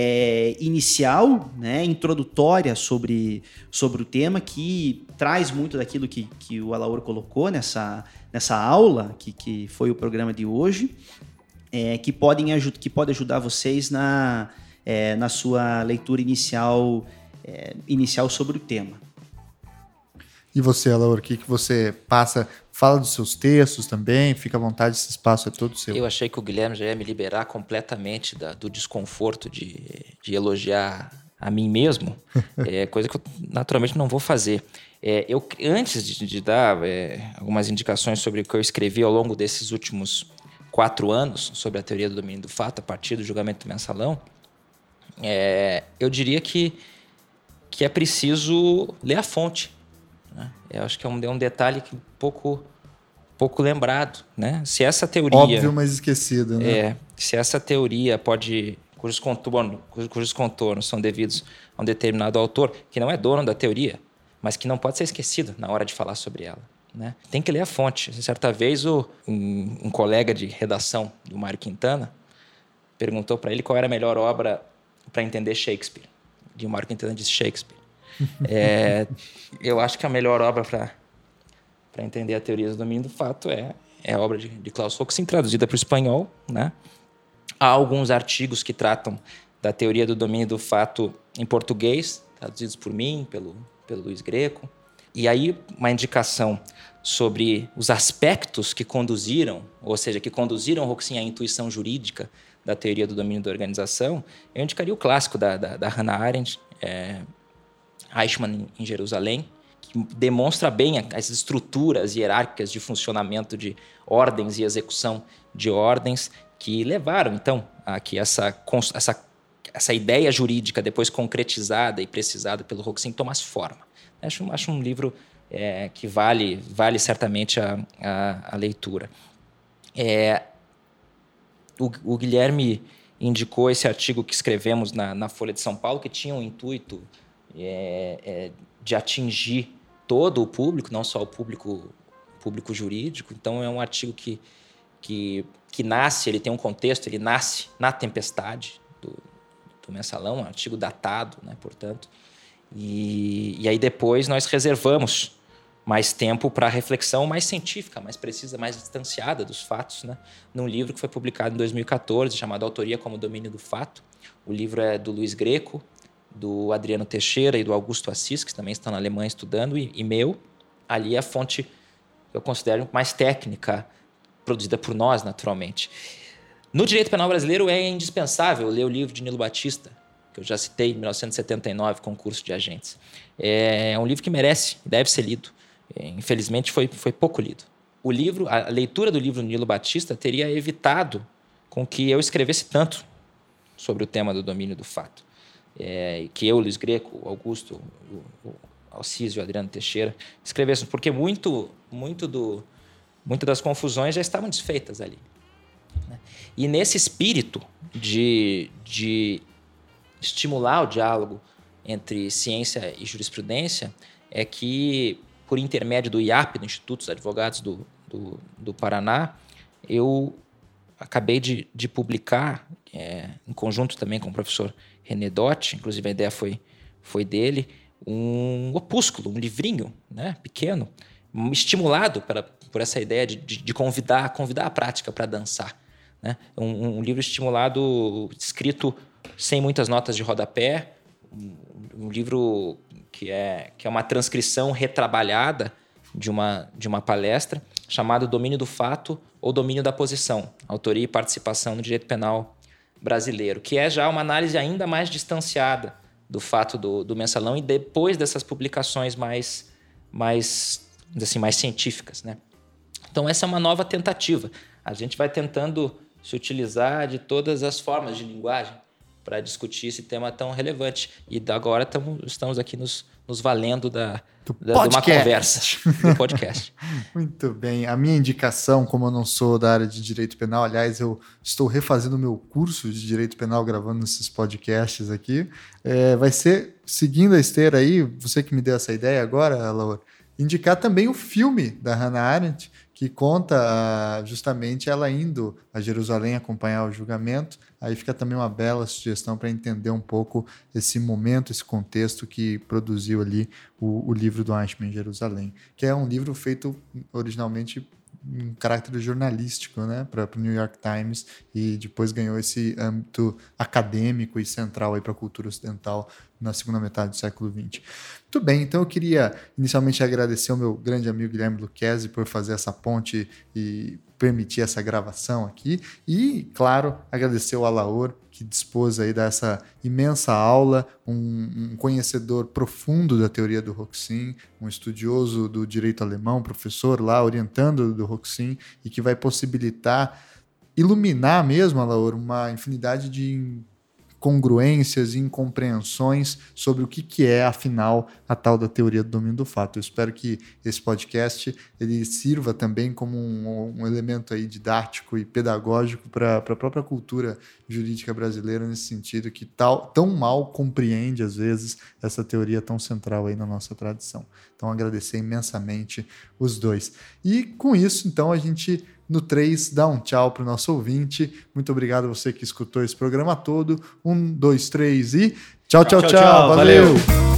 é, inicial, né, introdutória sobre, sobre o tema, que traz muito daquilo que, que o Alaor colocou nessa, nessa aula, que, que foi o programa de hoje, é, que, podem, que pode ajudar vocês na, é, na sua leitura inicial, é, inicial sobre o tema. E você, Alaor, o que, que você passa? Fala dos seus textos também, fica à vontade, esse espaço é todo seu. Eu achei que o Guilherme já ia me liberar completamente da, do desconforto de, de elogiar a mim mesmo, é coisa que eu naturalmente não vou fazer. É, eu, antes de, de dar é, algumas indicações sobre o que eu escrevi ao longo desses últimos quatro anos sobre a teoria do domínio do fato, a partir do julgamento do mensalão, é, eu diria que, que é preciso ler a fonte. Né? Eu acho que é um, é um detalhe que pouco, pouco lembrado. Né? Se essa teoria... Óbvio, mas esquecido. Né? É, se essa teoria pode... Cujos contornos, cujos contornos são devidos a um determinado autor, que não é dono da teoria, mas que não pode ser esquecido na hora de falar sobre ela. Né? Tem que ler a fonte. Certa vez, o, um, um colega de redação do Mário Quintana perguntou para ele qual era a melhor obra para entender Shakespeare. E o Mário Quintana disse Shakespeare. É, eu acho que a melhor obra para entender a teoria do domínio do fato é, é a obra de, de Klaus Hoxie, traduzida para o espanhol. Né? Há alguns artigos que tratam da teoria do domínio do fato em português, traduzidos por mim, pelo, pelo Luiz Greco. E aí, uma indicação sobre os aspectos que conduziram, ou seja, que conduziram Hoxie à intuição jurídica da teoria do domínio da organização, eu indicaria o clássico da, da, da Hannah Arendt, é, Eichmann em Jerusalém, que demonstra bem as estruturas hierárquicas de funcionamento de ordens e execução de ordens que levaram, então, a que essa, essa, essa ideia jurídica, depois concretizada e precisada pelo Hoxie, tomasse forma. Acho, acho um livro é, que vale, vale certamente a, a, a leitura. É, o, o Guilherme indicou esse artigo que escrevemos na, na Folha de São Paulo, que tinha um intuito é, é, de atingir todo o público, não só o público, público jurídico. Então, é um artigo que, que, que nasce, ele tem um contexto, ele nasce na tempestade do, do Mensalão, um artigo datado, né, portanto. E, e aí depois nós reservamos mais tempo para reflexão mais científica, mais precisa, mais distanciada dos fatos, né? Num livro que foi publicado em dois mil e catorze, chamado Autoria como Domínio do Fato. O livro é do Luiz Greco, do Adriano Teixeira e do Augusto Assis, que também estão na Alemanha estudando, e, e meu. Ali é a fonte, eu considero, mais técnica, produzida por nós, naturalmente. No direito penal brasileiro é indispensável ler o livro de Nilo Batista, que eu já citei, em mil novecentos e setenta e nove, Concurso de Agentes. É um livro que merece, deve ser lido. Infelizmente, foi, foi pouco lido. O livro, a leitura do livro do Nilo Batista teria evitado com que eu escrevesse tanto sobre o tema do domínio do fato. É, que eu, Luiz Greco, o Augusto, o, o Alciso e o Adriano Teixeira escrevessem, porque muito, muito, do, muito das confusões já estavam desfeitas ali. Né? E nesse espírito de, de estimular o diálogo entre ciência e jurisprudência é que, por intermédio do I A P, do Instituto dos Advogados do, do, do Paraná, eu acabei de, de publicar, é, em conjunto também com o professor René Dotti, inclusive a ideia foi, foi dele, um opúsculo, um livrinho, né, pequeno, estimulado pela, por essa ideia de, de, de convidar, convidar a prática para dançar. Né? Um, um livro estimulado, escrito sem muitas notas de rodapé, um, um livro que é, que é uma transcrição retrabalhada de uma, de uma palestra, chamado Domínio do Fato ou Domínio da Posição, Autoria e Participação no Direito Penal Brasileiro, que é já uma análise ainda mais distanciada do fato do, do Mensalão e depois dessas publicações mais, mais, assim, mais científicas. Né? Então, essa é uma nova tentativa. A gente vai tentando se utilizar de todas as formas de linguagem para discutir esse tema tão relevante. E agora tamo, estamos aqui nos, nos valendo da, da, de uma conversa do podcast. Muito bem. A minha indicação, como eu não sou da área de Direito Penal, aliás, eu estou refazendo o meu curso de Direito Penal gravando esses podcasts aqui, é, vai ser, seguindo a esteira aí, você que me deu essa ideia agora, Laura, indicar também o filme da Hannah Arendt, que conta uh, justamente ela indo a Jerusalém acompanhar o julgamento. Aí fica também uma bela sugestão para entender um pouco esse momento, esse contexto que produziu ali o, o livro do Eichmann em Jerusalém, que é um livro feito originalmente em caráter jornalístico, né, para o New York Times, e depois ganhou esse âmbito acadêmico e central para a cultura ocidental na segunda metade do século vinte. Muito bem, então eu queria inicialmente agradecer ao meu grande amigo Guilherme Lucchesi por fazer essa ponte e permitir essa gravação aqui, e, claro, agradecer ao Alaor, que dispôs aí dessa imensa aula, um, um conhecedor profundo da teoria do Hoxie, um estudioso do direito alemão, professor lá orientando do Hoxie, e que vai possibilitar iluminar mesmo, Alaor, uma infinidade de congruências e incompreensões sobre o que, que é, afinal, a tal da teoria do domínio do fato. Eu espero que esse podcast ele sirva também como um, um elemento aí didático e pedagógico para a própria cultura jurídica brasileira, nesse sentido, que tal, tão mal compreende, às vezes, essa teoria tão central aí na nossa tradição. Então, agradecer imensamente os dois. E, com isso, então, a gente... No três, dá um tchau para o nosso ouvinte. Muito obrigado a você que escutou esse programa todo. Um, dois, três e... Tchau, tchau, tchau. tchau, tchau. Valeu! Valeu.